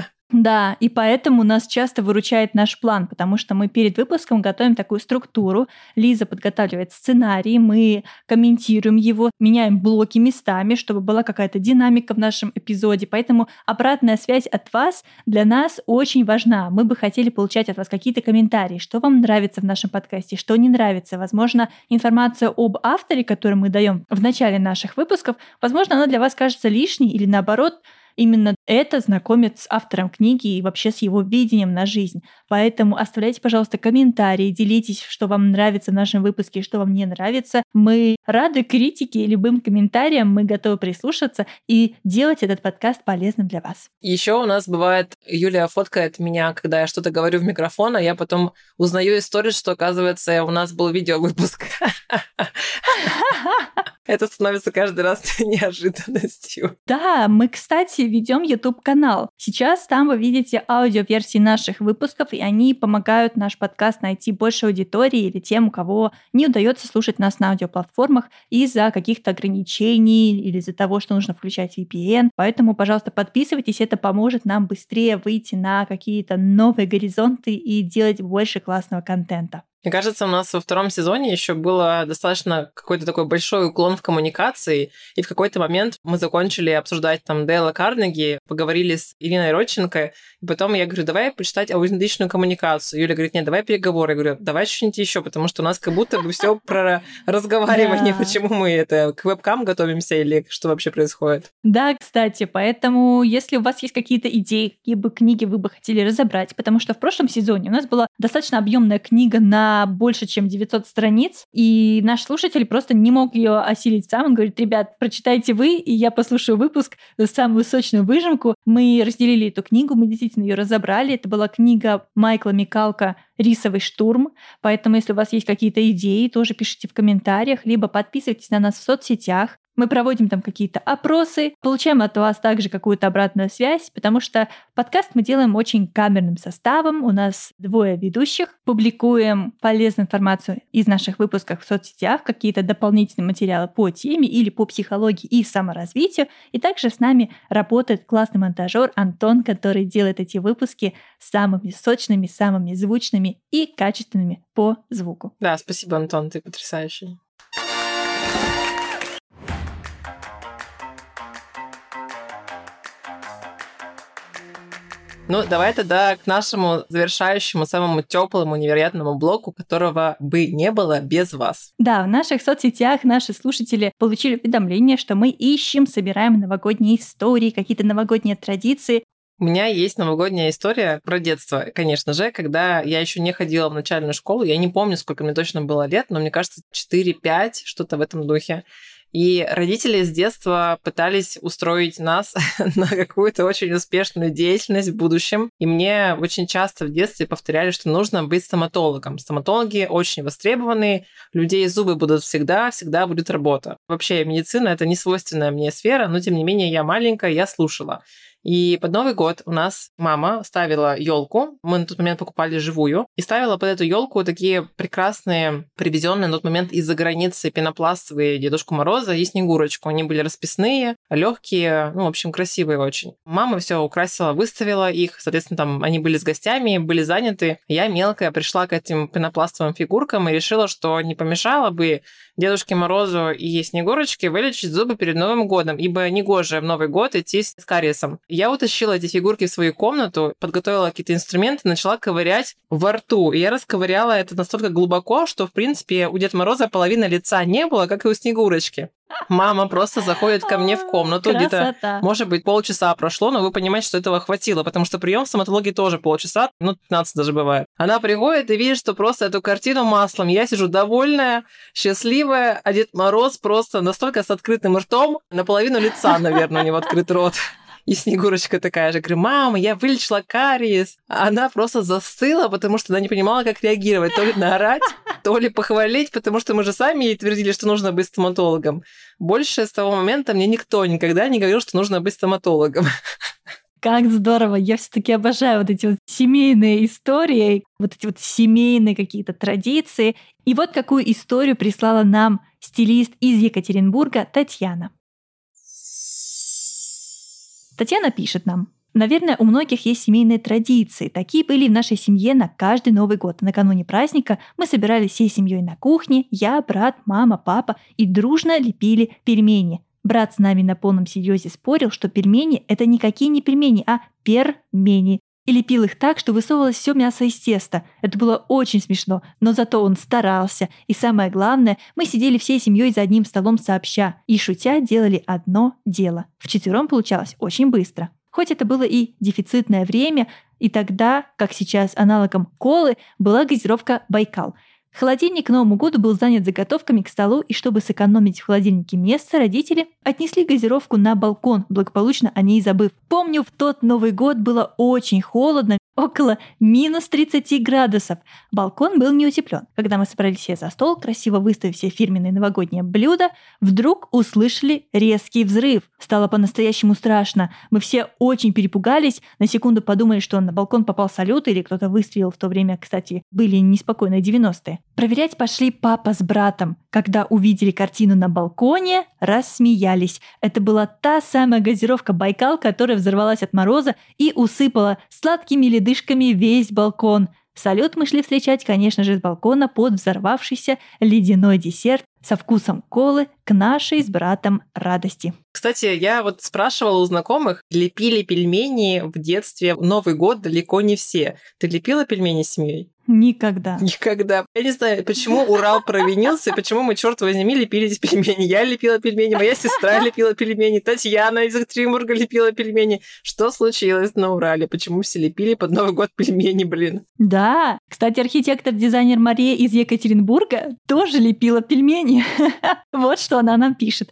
Да, и поэтому нас часто выручает наш план, потому что мы перед выпуском готовим такую структуру. Лиза подготавливает сценарий, мы комментируем его, меняем блоки местами, чтобы была какая-то динамика в нашем эпизоде. Поэтому обратная связь от вас для нас очень важна. Мы бы хотели получать от вас какие-то комментарии, что вам нравится в нашем подкасте, что не нравится. Возможно, информация об авторе, которую мы даем в начале наших выпусков, возможно, она для вас кажется лишней или наоборот, именно это знакомит с автором книги и вообще с его видением на жизнь. Поэтому оставляйте, пожалуйста, комментарии, делитесь, что вам нравится в нашем выпуске, что вам не нравится. Мы рады критике и любым комментариям, мы готовы прислушаться и делать этот подкаст полезным для вас. Еще у нас бывает, Юлия фоткает меня, когда я что-то говорю в микрофон, а я потом узнаю из сторис, что, оказывается, у нас был видеовыпуск. Это становится каждый раз неожиданностью. Да, мы, кстати, ведем YouTube-канал. Сейчас там вы видите аудиоверсии наших выпусков, и они помогают наш подкаст найти больше аудитории или тем, у кого не удается слушать нас на аудиоплатформах из-за каких-то ограничений или из-за того, что нужно включать ви пи эн. Поэтому, пожалуйста, подписывайтесь, это поможет нам быстрее выйти на какие-то новые горизонты и делать больше классного контента. Мне кажется, у нас во втором сезоне еще было достаточно какой-то такой большой уклон в коммуникации, и в какой-то момент мы закончили обсуждать там Дейла Карнеги, поговорили с Ириной Родченко, и потом я говорю, давай почитать аутентичную коммуникацию. Юля говорит, нет, давай переговоры. Я говорю, давай что-нибудь еще, потому что у нас как будто бы все про разговаривание, почему мы это к вебкам готовимся или что вообще происходит. Да, кстати, поэтому если у вас есть какие-то идеи, какие бы книги вы бы хотели разобрать, потому что в прошлом сезоне у нас была достаточно объемная книга на больше, чем девятьсот страниц, и наш слушатель просто не мог ее осилить сам. Он говорит, ребят, прочитайте вы, и я послушаю выпуск, самую сочную выжимку. Мы разделили эту книгу, мы действительно ее разобрали. Это была книга Майкла Микалка «Рисовый штурм», поэтому если у вас есть какие-то идеи, тоже пишите в комментариях, либо подписывайтесь на нас в соцсетях. Мы проводим там какие-то опросы, получаем от вас также какую-то обратную связь, потому что подкаст мы делаем очень камерным составом. У нас двое ведущих, публикуем полезную информацию из наших выпусков в соцсетях, какие-то дополнительные материалы по теме или по психологии и саморазвитию. И также с нами работает классный монтажер Антон, который делает эти выпуски самыми сочными, самыми звучными и качественными по звуку. Да, спасибо, Антон, ты потрясающий. Ну, давай тогда к нашему завершающему, самому теплому, невероятному блоку, которого бы не было без вас. Да, в наших соцсетях наши слушатели получили уведомление, что мы ищем, собираем новогодние истории, какие-то новогодние традиции. У меня есть новогодняя история про детство, конечно же, когда я еще не ходила в начальную школу. Я не помню, сколько мне точно было лет, но мне кажется, четыре-пять, что-то в этом духе. И родители с детства пытались устроить нас на какую-то очень успешную деятельность в будущем. И мне очень часто в детстве повторяли, что нужно быть стоматологом. Стоматологи очень востребованные, людей зубы будут всегда, всегда будет работа. Вообще медицина — это не свойственная мне сфера, но тем не менее я маленькая, я слушала. И под Новый год у нас мама ставила елку. Мы на тот момент покупали живую. И ставила под эту елку такие прекрасные, привезенные на тот момент из-за границы пенопластовые Дедушку Мороза и Снегурочку. Они были расписные, легкие, ну, в общем, красивые очень. Мама все украсила, выставила их. Соответственно, там они были с гостями, были заняты. Я мелкая пришла к этим пенопластовым фигуркам и решила, что не помешало бы Дедушке Морозу и Снегурочке вылечить зубы перед Новым годом, ибо негоже в Новый год идти с кариесом. Я утащила эти фигурки в свою комнату, подготовила какие-то инструменты, начала ковырять во рту. И я расковыряла это настолько глубоко, что, в принципе, у Деда Мороза половины лица не было, как и у Снегурочки. Мама просто заходит ко мне в комнату, Красота. где-то, может быть, полчаса прошло, но вы понимаете, что этого хватило, потому что прием в стоматологии тоже полчаса, ну, пятнадцать даже бывает. Она приходит и видит, что просто эту картину маслом. Я сижу довольная, счастливая, а Дед Мороз просто настолько с открытым ртом, наполовину лица, наверное, у него открыт рот. И Снегурочка такая же. Говорю, мама, я вылечила кариес. А она просто застыла, потому что она не понимала, как реагировать. То ли наорать, то ли похвалить, потому что мы же сами ей твердили, что нужно быть стоматологом. Больше с того момента мне никто никогда не говорил, что нужно быть стоматологом. Как здорово! Я все-таки обожаю вот эти вот семейные истории, вот эти вот семейные какие-то традиции. И вот какую историю прислала нам стилист из Екатеринбурга Татьяна. Татьяна пишет нам. Наверное, у многих есть семейные традиции. Такие были в нашей семье на каждый Новый год. Накануне праздника мы собирались всей семьей на кухне. Я, брат, мама, папа и дружно лепили пельмени. Брат с нами на полном серьезе спорил, что пельмени – это никакие не пельмени, а пермени. И лепил их так, что высовывалось все мясо из теста. Это было очень смешно, но зато он старался. И самое главное, мы сидели всей семьей за одним столом сообща и, шутя, делали одно дело. Вчетвером получалось очень быстро. Хоть это было и дефицитное время, и тогда, как сейчас, аналогом колы была газировка «Байкал». Холодильник к Новому году был занят заготовками к столу, и чтобы сэкономить в холодильнике место, родители отнесли газировку на балкон, благополучно о ней забыв. Помню, в тот Новый год было очень холодно, около минус тридцать градусов. Балкон был не утеплен. Когда мы собрались все за стол, красиво выставив все фирменные новогодние блюда, вдруг услышали резкий взрыв. Стало по-настоящему страшно. Мы все очень перепугались, на секунду подумали, что на балкон попал салют или кто-то выстрелил. В то время, кстати, были неспокойные девяностые. Проверять пошли папа с братом. Когда увидели картину на балконе, рассмеялись. Это была та самая газировка «Байкал», которая взорвалась от мороза и усыпала сладкими ледышками весь балкон. Салют мы шли встречать, конечно же, с балкона под взорвавшийся ледяной десерт со вкусом колы к нашей с братом радости. Кстати, я вот спрашивала у знакомых, лепили пельмени в детстве в Новый год далеко не все. Ты лепила пельмени с семьей? Никогда. Никогда. Я не знаю, почему Урал провинился, и почему мы, черт возьми, лепили эти пельмени. Я лепила пельмени, моя сестра лепила пельмени, Татьяна из Екатеринбурга лепила пельмени. Что случилось на Урале? Почему все лепили под Новый год пельмени, блин? Да. Кстати, архитектор-дизайнер Мария из Екатеринбурга тоже лепила пельмени. Вот что она нам пишет.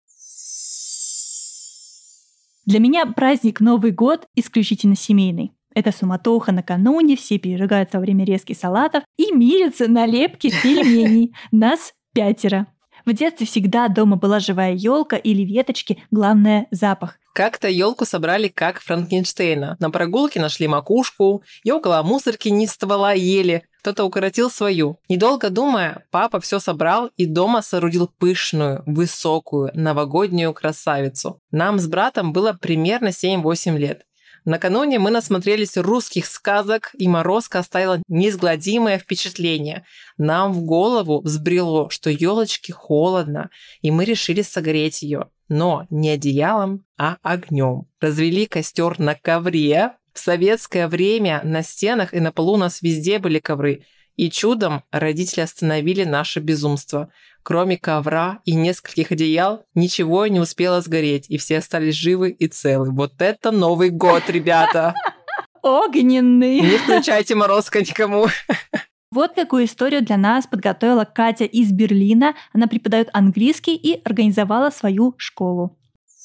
Для меня праздник Новый год исключительно семейный. Это суматоха накануне, все переругаются во время резки салатов и мирятся на лепке пельменей. Нас пятеро. В детстве всегда дома была живая елка или веточки, главное – запах. Как-то елку собрали как Франкенштейна. На прогулке нашли макушку, и около мусорки не ствола ели. Кто-то укоротил свою. Недолго думая, папа все собрал и дома соорудил пышную, высокую, новогоднюю красавицу. Нам с братом было примерно семь-восемь лет. Накануне мы насмотрелись русских сказок, и морозка оставила неизгладимое впечатление. Нам в голову взбрело, что елочке холодно, и мы решили согреть ее. Но не одеялом, а огнем. Развели костер на ковре, В советское время на стенах и на полу у нас везде были ковры. И чудом родители остановили наше безумство. Кроме ковра и нескольких одеял, ничего не успело сгореть, и все остались живы и целы. Вот это Новый год, ребята! Огненный! Не включайте морозко никому. Вот какую историю для нас подготовила Катя из Берлина. Она преподает английский и организовала свою школу.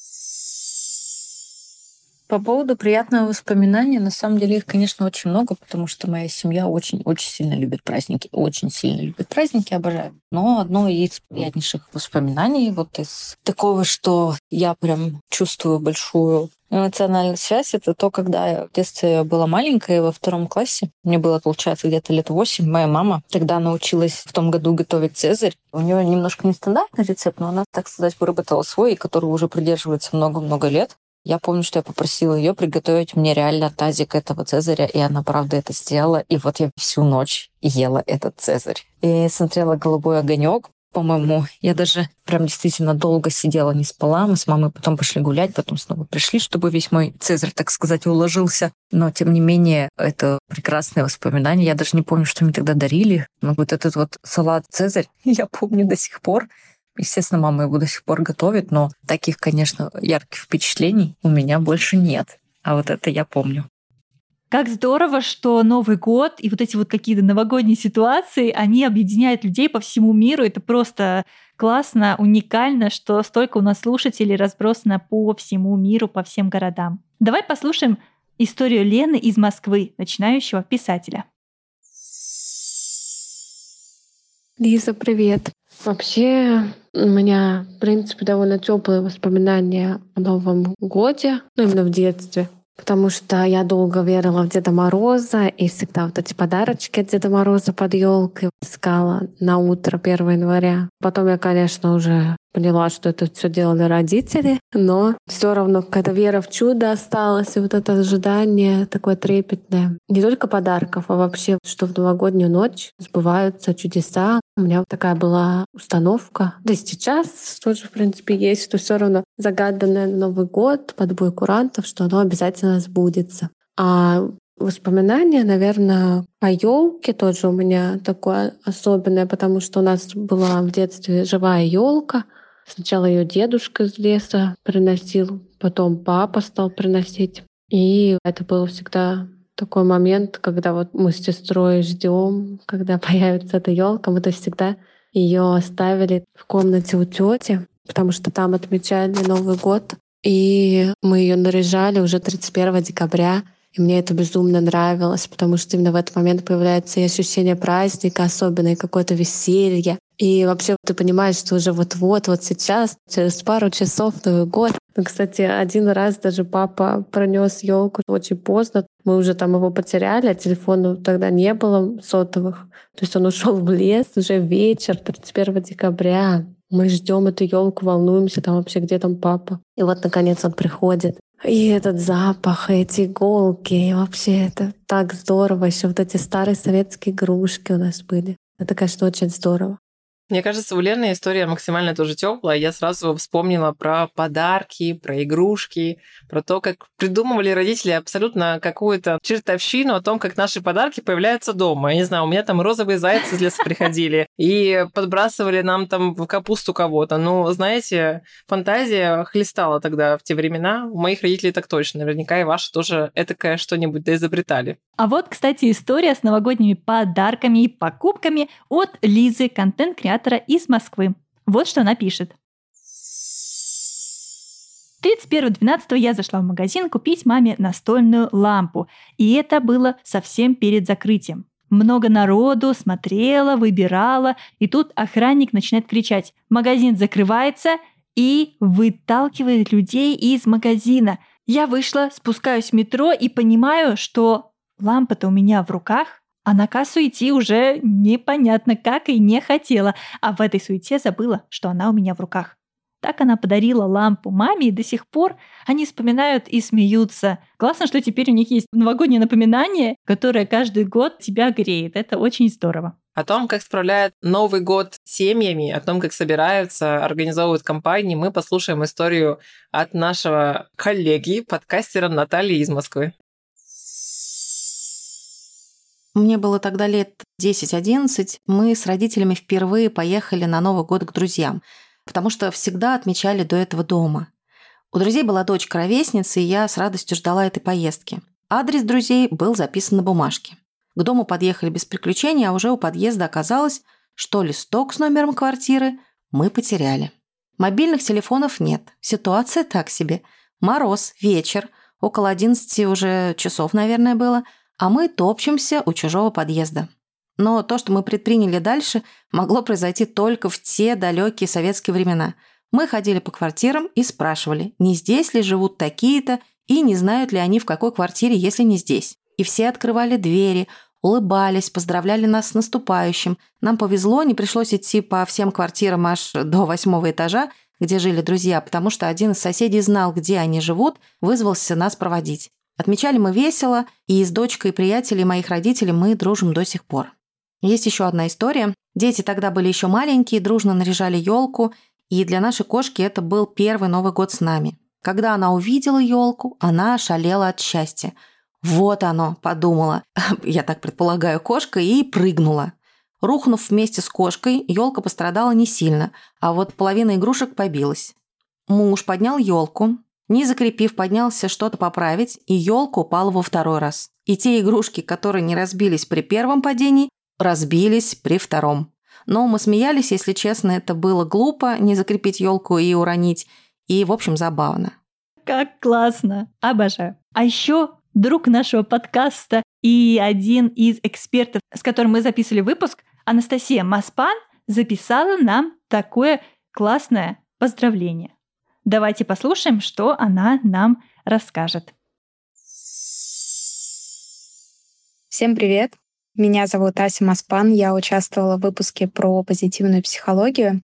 По поводу приятного воспоминания, на самом деле их, конечно, очень много, потому что моя семья очень-очень сильно любит праздники, очень сильно любит праздники, обожаю. Но одно из приятнейших воспоминаний вот из такого, что я прям чувствую большую эмоциональную связь, это то, когда я в детстве была маленькая, во втором классе, мне было, получается, где-то лет восемь, моя мама тогда научилась в том году готовить цезарь. У нее немножко нестандартный рецепт, но она, так сказать, выработала свой, который уже придерживается много-много лет. Я помню, что я попросила ее приготовить мне реально тазик этого цезаря, и она, правда, это сделала. И вот я всю ночь ела этот цезарь. И смотрела «Голубой огонек». По-моему, я даже прям действительно долго сидела, не спала. Мы с мамой потом пошли гулять, потом снова пришли, чтобы весь мой цезарь, так сказать, уложился. Но, тем не менее, это прекрасное воспоминание. Я даже не помню, что мне тогда дарили. Но вот этот вот салат «Цезарь» я помню до сих пор. Естественно, мама его до сих пор готовит, но таких, конечно, ярких впечатлений у меня больше нет. А вот это я помню. Как здорово, что Новый год и вот эти вот какие-то новогодние ситуации, они объединяют людей по всему миру. Это просто классно, уникально, что столько у нас слушателей разбросано по всему миру, по всем городам. Давай послушаем историю Лены из Москвы, начинающего писателя. Лиза, привет. Вообще, у меня, в принципе, довольно теплые воспоминания о Новом годе, ну, именно в детстве. Потому что я долго верила в Деда Мороза и всегда вот эти подарочки от Деда Мороза под елкой искала на утро первого января. Потом я, конечно, уже поняла, что это все делали родители, но все равно какая-то вера в чудо осталась, и вот это ожидание такое трепетное. Не только подарков, а вообще, что в новогоднюю ночь сбываются чудеса. У меня вот такая была установка. Да и сейчас тоже, в принципе, есть, что все равно загаданное на Новый год под бой курантов, что оно обязательно сбудется. А воспоминания, наверное, о елке тоже у меня такое особенное, потому что у нас была в детстве живая елка. Сначала ее дедушка из леса приносил, потом папа стал приносить. И это был всегда такой момент, когда вот мы с сестрой ждем, когда появится эта елка. Мы то всегда ее оставили в комнате у тети, потому что там отмечали Новый год. И мы ее наряжали уже тридцать первого декабря. И мне это безумно нравилось, потому что именно в этот момент появляется и ощущение праздника, особенно и какое-то веселье. И вообще ты понимаешь, что уже вот-вот, вот сейчас, через пару часов Новый год. Ну, кстати, один раз даже папа пронес елку очень поздно. Мы уже там его потеряли, а телефонов тогда не было сотовых. То есть он ушел в лес уже вечер, тридцать первого декабря. Мы ждем эту елку, волнуемся, там вообще где там папа. И вот наконец он приходит. И этот запах, и эти иголки, и вообще это так здорово. Еще вот эти старые советские игрушки у нас были. Это, конечно, очень здорово. Мне кажется, у Лены история максимально тоже теплая. Я сразу вспомнила про подарки, про игрушки, про то, как придумывали родители абсолютно какую-то чертовщину о том, как наши подарки появляются дома. Я не знаю, у меня там розовые зайцы из леса приходили и подбрасывали нам там в капусту кого-то. Ну, знаете, фантазия хлестала тогда в те времена. У моих родителей так точно. Наверняка и ваши тоже этакое что-нибудь доизобретали. А вот, кстати, история с новогодними подарками и покупками от Лизы, контент-креатора из Москвы. Вот что она пишет. тридцать первого двенадцатого я зашла в магазин купить маме настольную лампу. И это было совсем перед закрытием. Много народу, смотрела, выбирала. И тут охранник начинает кричать: «Магазин закрывается!» и выталкивает людей из магазина. Я вышла, спускаюсь в метро и понимаю, что лампа-то у меня в руках, а на кассу идти уже непонятно как и не хотела. А в этой суете забыла, что она у меня в руках. Так она подарила лампу маме, и до сих пор они вспоминают и смеются. Классно, что теперь у них есть новогоднее напоминание, которое каждый год тебя греет. Это очень здорово. О том, как справляют Новый год с семьями, о том, как собираются, организовывают компании, мы послушаем историю от нашего коллеги, подкастера Натальи из Москвы. Мне было тогда лет десять-одиннадцать. Мы с родителями впервые поехали на Новый год к друзьям, потому что всегда отмечали до этого дома. У друзей была дочка-ровесница, и я с радостью ждала этой поездки. Адрес друзей был записан на бумажке. К дому подъехали без приключений, а уже у подъезда оказалось, что листок с номером квартиры мы потеряли. Мобильных телефонов нет. Ситуация так себе. Мороз, вечер, около одиннадцати уже часов, наверное, было, а мы топчемся у чужого подъезда. Но то, что мы предприняли дальше, могло произойти только в те далекие советские времена. Мы ходили по квартирам и спрашивали, не здесь ли живут такие-то и не знают ли они, в какой квартире, если не здесь. И все открывали двери, улыбались, поздравляли нас с наступающим. Нам повезло, не пришлось идти по всем квартирам аж до восьмого этажа, где жили друзья, потому что один из соседей знал, где они живут, вызвался нас проводить. Отмечали мы весело, и с дочкой и приятелей моих родителей мы дружим до сих пор. Есть еще одна история. Дети тогда были еще маленькие, дружно наряжали елку, и для нашей кошки это был первый Новый год с нами. Когда она увидела елку, она ошалела от счастья. «Вот оно», – подумала, я так предполагаю, кошка, и прыгнула. Рухнув вместе с кошкой, елка пострадала не сильно, а вот половина игрушек побилась. Муж поднял елку, не закрепив, поднялся что-то поправить, и елка упала во второй раз. И те игрушки, которые не разбились при первом падении, разбились при втором. Но мы смеялись, если честно, это было глупо не закрепить елку и уронить, и, в общем, забавно. Как классно! Обожаю. А еще друг нашего подкаста и один из экспертов, с которым мы записывали выпуск, Анастасия Маспан, записала нам такое классное поздравление. Давайте послушаем, что она нам расскажет. Всем привет! Меня зовут Ася Маспан. Я участвовала в выпуске про позитивную психологию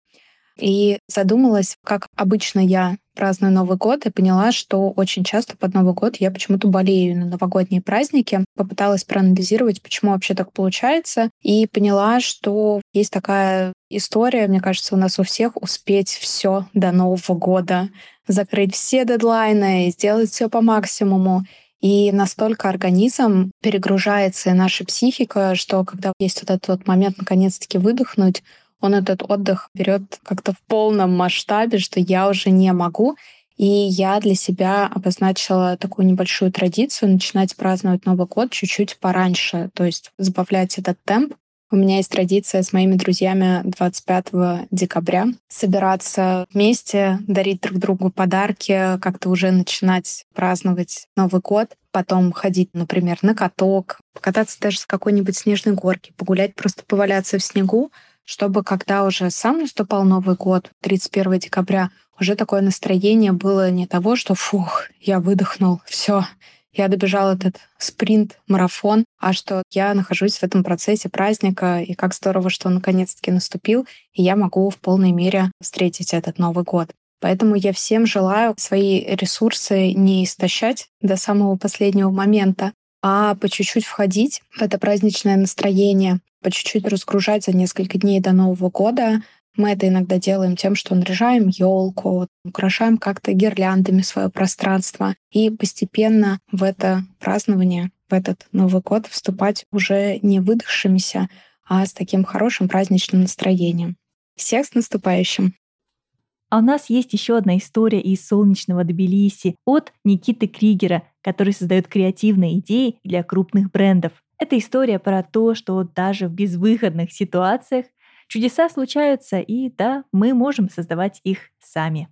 и задумалась, как обычно я праздную Новый год, и поняла, что очень часто под Новый год я почему-то болею на новогодние праздники. Попыталась проанализировать, почему вообще так получается, и поняла, что есть такая история, мне кажется, у нас у всех успеть все до Нового года, закрыть все дедлайны, сделать все по максимуму. И настолько организм перегружается, и наша психика, что когда есть вот этот вот момент наконец-таки выдохнуть, он этот отдых берет как-то в полном масштабе, что я уже не могу. И я для себя обозначила такую небольшую традицию начинать праздновать Новый год чуть-чуть пораньше, то есть сбавлять этот темп. У меня есть традиция с моими друзьями двадцать пятого декабря собираться вместе, дарить друг другу подарки, как-то уже начинать праздновать Новый год, потом ходить, например, на каток, покататься даже с какой-нибудь снежной горки, погулять, просто поваляться в снегу, чтобы когда уже сам наступал Новый год, тридцать первого декабря, уже такое настроение было не того, что «фух, я выдохнул, все, я добежал этот спринт-марафон», а что я нахожусь в этом процессе праздника, и как здорово, что он наконец-таки наступил, и я могу в полной мере встретить этот Новый год. Поэтому я всем желаю свои ресурсы не истощать до самого последнего момента, а по чуть-чуть входить в это праздничное настроение, по чуть-чуть разгружать за несколько дней до Нового года. Мы это иногда делаем тем, что наряжаем елку, украшаем как-то гирляндами свое пространство. И постепенно в это празднование, в этот Новый год вступать уже не выдохшимися, а с таким хорошим праздничным настроением. Всех с наступающим! А у нас есть еще одна история из солнечного Тбилиси от Никиты Кригера, который создает креативные идеи для крупных брендов. Это история про то, что даже в безвыходных ситуациях чудеса случаются, и да, мы можем создавать их сами.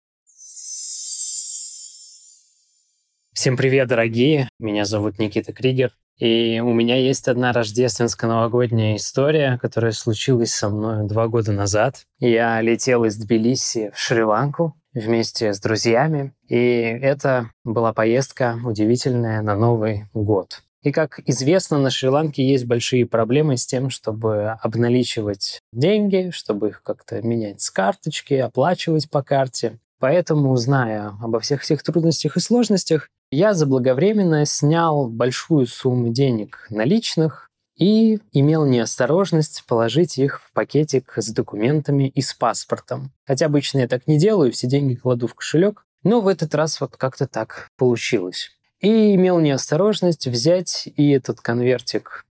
Всем привет, дорогие! Меня зовут Никита Кригер, и у меня есть одна рождественско-новогодняя история, которая случилась со мной два года назад. Я летел из Тбилиси в Шри-Ланку вместе с друзьями, и это была поездка удивительная на Новый год. И, как известно, на Шри-Ланке есть большие проблемы с тем, чтобы обналичивать деньги, чтобы их как-то менять с карточки, оплачивать по карте. Поэтому, зная обо всех этих трудностях и сложностях, я заблаговременно снял большую сумму денег наличных и имел неосторожность положить их в пакетик с документами и с паспортом. Хотя обычно я так не делаю, все деньги кладу в кошелек, но в этот раз вот как-то так получилось. И имел неосторожность взять и этот конвертик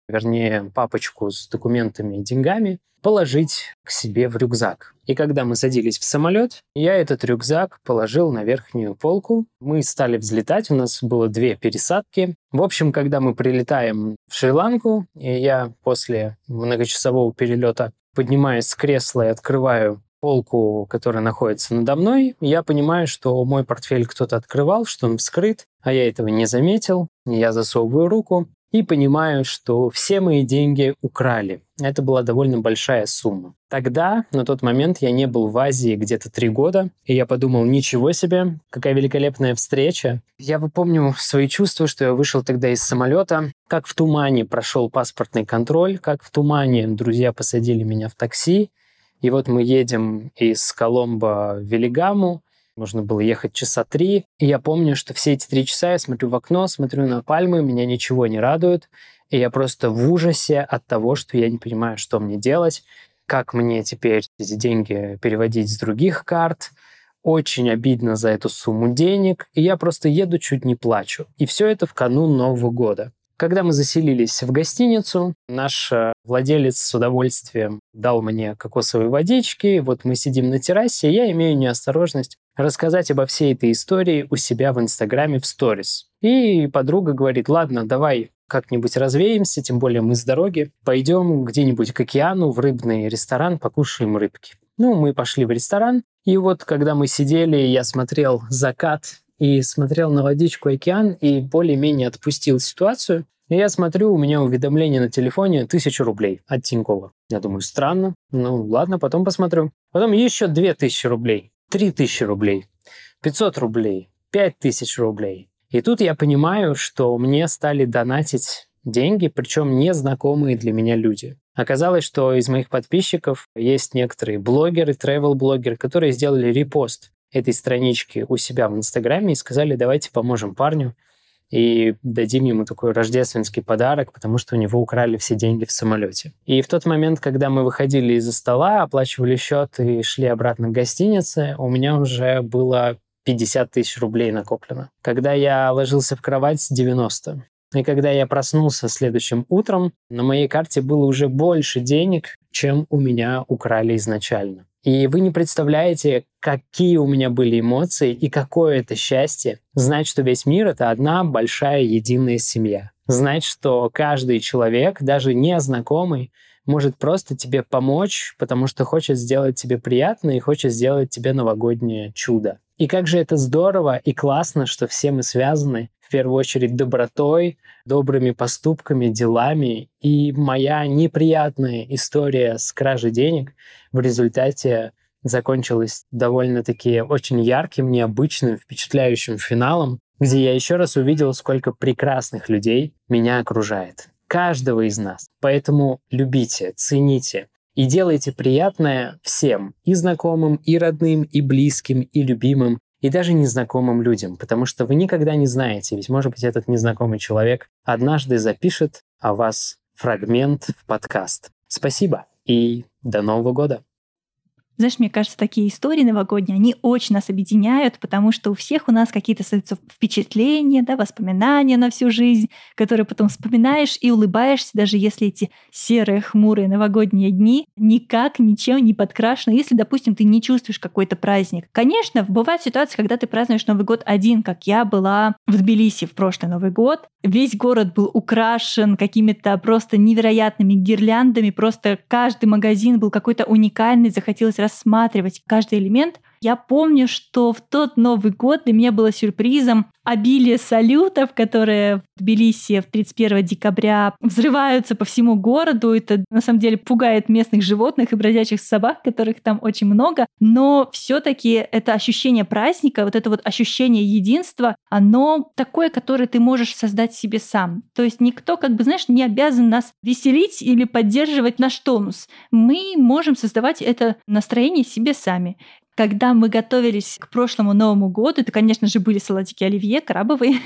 вернее, папочку с документами и деньгами, положить к себе в рюкзак. И когда мы садились в самолет, я этот рюкзак положил на верхнюю полку. Мы стали взлетать, у нас было две пересадки. В общем, когда мы прилетаем в Шри-Ланку, и я после многочасового перелета поднимаюсь с кресла и открываю полку, которая находится надо мной, я понимаю, что мой портфель кто-то открывал, что он вскрыт, а я этого не заметил. Я засовываю руку и понимаю, что все мои деньги украли. Это была довольно большая сумма. Тогда, на тот момент, я не был в Азии где-то три года, и я подумал, ничего себе, какая великолепная встреча. Я помню свои чувства, что я вышел тогда из самолета, как в тумане прошел паспортный контроль, как в тумане друзья посадили меня в такси, и вот мы едем из Коломбо в Велигаму, нужно было ехать часа три, и я помню, что все эти три часа я смотрю в окно, смотрю на пальмы, меня ничего не радует, и я просто в ужасе от того, что я не понимаю, что мне делать, как мне теперь эти деньги переводить с других карт. Очень обидно за эту сумму денег, и я просто еду, чуть не плачу. И все это в канун Нового года. Когда мы заселились в гостиницу, наш владелец с удовольствием дал мне кокосовые водички. Вот мы сидим на террасе, и я имею неосторожность рассказать обо всей этой истории у себя в Инстаграме в сторис. И подруга говорит, ладно, давай как-нибудь развеемся, тем более мы с дороги, пойдем где-нибудь к океану в рыбный ресторан, покушаем рыбки. Ну, мы пошли в ресторан, и вот когда мы сидели, я смотрел закат и смотрел на водичку океан и более-менее отпустил ситуацию. И я смотрю, у меня уведомление на телефоне тысяча рублей от Тинькова. Я думаю, странно. Ну, ладно, потом посмотрю. Потом еще две тысячи рублей, три тысячи рублей, пятьсот рублей, пять тысяч рублей. И тут я понимаю, что мне стали донатить деньги, причем незнакомые для меня люди. Оказалось, что из моих подписчиков есть некоторые блогеры, тревел-блогеры, которые сделали репост этой странички у себя в Инстаграме и сказали, давайте поможем парню и дадим ему такой рождественский подарок, потому что у него украли все деньги в самолете. И в тот момент, когда мы выходили из-за стола, оплачивали счет и шли обратно к гостинице, у меня уже было пятьдесят тысяч рублей накоплено. Когда я ложился в кровать, девяносто. И когда я проснулся следующим утром, на моей карте было уже больше денег, чем у меня украли изначально. И вы не представляете, какие у меня были эмоции и какое это счастье знать, что весь мир — это одна большая единая семья. Знать, что каждый человек, даже незнакомый, может просто тебе помочь, потому что хочет сделать тебе приятно и хочет сделать тебе новогоднее чудо. И как же это здорово и классно, что все мы связаны в первую очередь добротой, добрыми поступками, делами. И моя неприятная история с кражей денег в результате закончилась довольно-таки очень ярким, необычным, впечатляющим финалом, где я еще раз увидел, сколько прекрасных людей меня окружает. Каждого из нас. Поэтому любите, цените и делайте приятное всем, и знакомым, и родным, и близким, и любимым, и даже незнакомым людям, потому что вы никогда не знаете, ведь, может быть, этот незнакомый человек однажды запишет о вас фрагмент в подкаст. Спасибо и до Нового года! Знаешь, мне кажется, такие истории новогодние, они очень нас объединяют, потому что у всех у нас какие-то остаются впечатления, да, воспоминания на всю жизнь, которые потом вспоминаешь и улыбаешься, даже если эти серые, хмурые новогодние дни никак ничем не подкрашены, если, допустим, ты не чувствуешь какой-то праздник. Конечно, бывают ситуации, когда ты празднуешь Новый год один, как я была в Тбилиси в прошлый Новый год. Весь город был украшен какими-то просто невероятными гирляндами, просто каждый магазин был какой-то уникальный, захотелось рассматривать каждый элемент. Я помню, что в тот Новый год для меня было сюрпризом обилие салютов, которые в Тбилиси в тридцать первого декабря взрываются по всему городу. Это на самом деле пугает местных животных и бродячих собак, которых там очень много. Но все-таки это ощущение праздника, вот это вот ощущение единства, оно такое, которое ты можешь создать себе сам. То есть никто, как бы, знаешь, не обязан нас веселить или поддерживать наш тонус. Мы можем создавать это настроение себе сами. когда мы готовились к прошлому Новому году, это, конечно же, были салатики оливье, крабовые.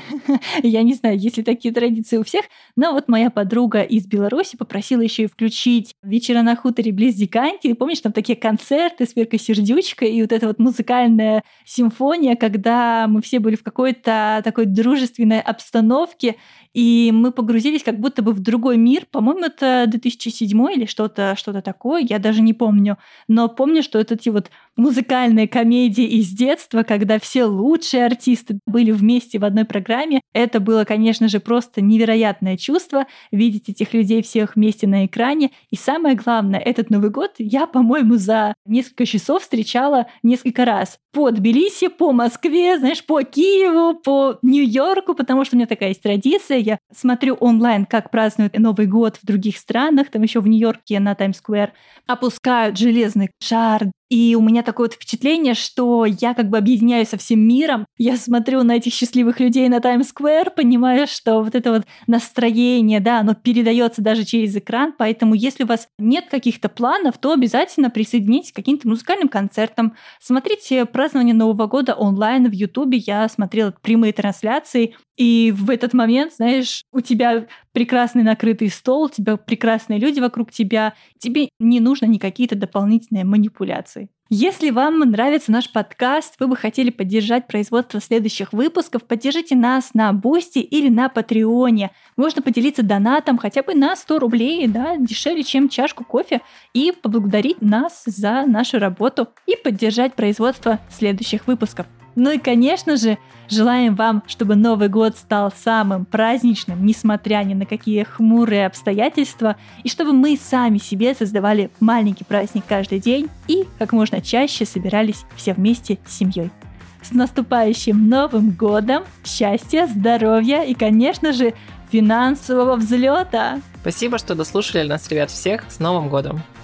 Я не знаю, есть ли такие традиции у всех, но вот моя подруга из Беларуси попросила еще и включить «Вечера на хуторе близ Диканьки». И помнишь, там такие концерты с Веркой Сердючкой и вот эта вот музыкальная симфония, когда мы все были в какой-то такой дружественной обстановке, и мы погрузились как будто бы в другой мир. По-моему, это две тысячи седьмой или что-то, что-то такое, я даже не помню. Но помню, что это эти вот музыкальные комедии из детства, когда все лучшие артисты были вместе в одной программе. Это было, конечно же, просто невероятное чувство видеть этих людей всех вместе на экране. И самое главное, этот Новый год я, по-моему, за несколько часов встречала несколько раз. По Тбилиси, по Москве, знаешь, по Киеву, по Нью-Йорку, потому что у меня такая есть традиция. Я смотрю онлайн, как празднуют Новый год в других странах. Там еще в Нью-Йорке на Таймс-сквер опускают железный шар. И у меня такое вот впечатление, что я как бы объединяюсь со всем миром. Я смотрю на этих счастливых людей на Таймс-сквер, понимаю, что вот это вот настроение, да, оно передается даже через экран. Поэтому если у вас нет каких-то планов, то обязательно присоединитесь к каким-то музыкальным концертам. Смотрите празднование Нового года онлайн в Ютубе. Я смотрела прямые трансляции. И в этот момент, знаешь, у тебя прекрасный накрытый стол, у тебя прекрасные люди вокруг тебя, тебе не нужно ни какие-то дополнительные манипуляции. Если вам нравится наш подкаст, вы бы хотели поддержать производство следующих выпусков, поддержите нас на Бусти или на Патреоне. Можно поделиться донатом хотя бы на сто рублей, да, дешевле, чем чашку кофе, и поблагодарить нас за нашу работу и поддержать производство следующих выпусков. Ну и, конечно же, желаем вам, чтобы Новый год стал самым праздничным, несмотря ни на какие хмурые обстоятельства, и чтобы мы сами себе создавали маленький праздник каждый день и как можно чаще собирались все вместе с семьей. С наступающим Новым годом! Счастья, здоровья и, конечно же, финансового взлета! Спасибо, что дослушали нас, ребят, всех. С Новым годом!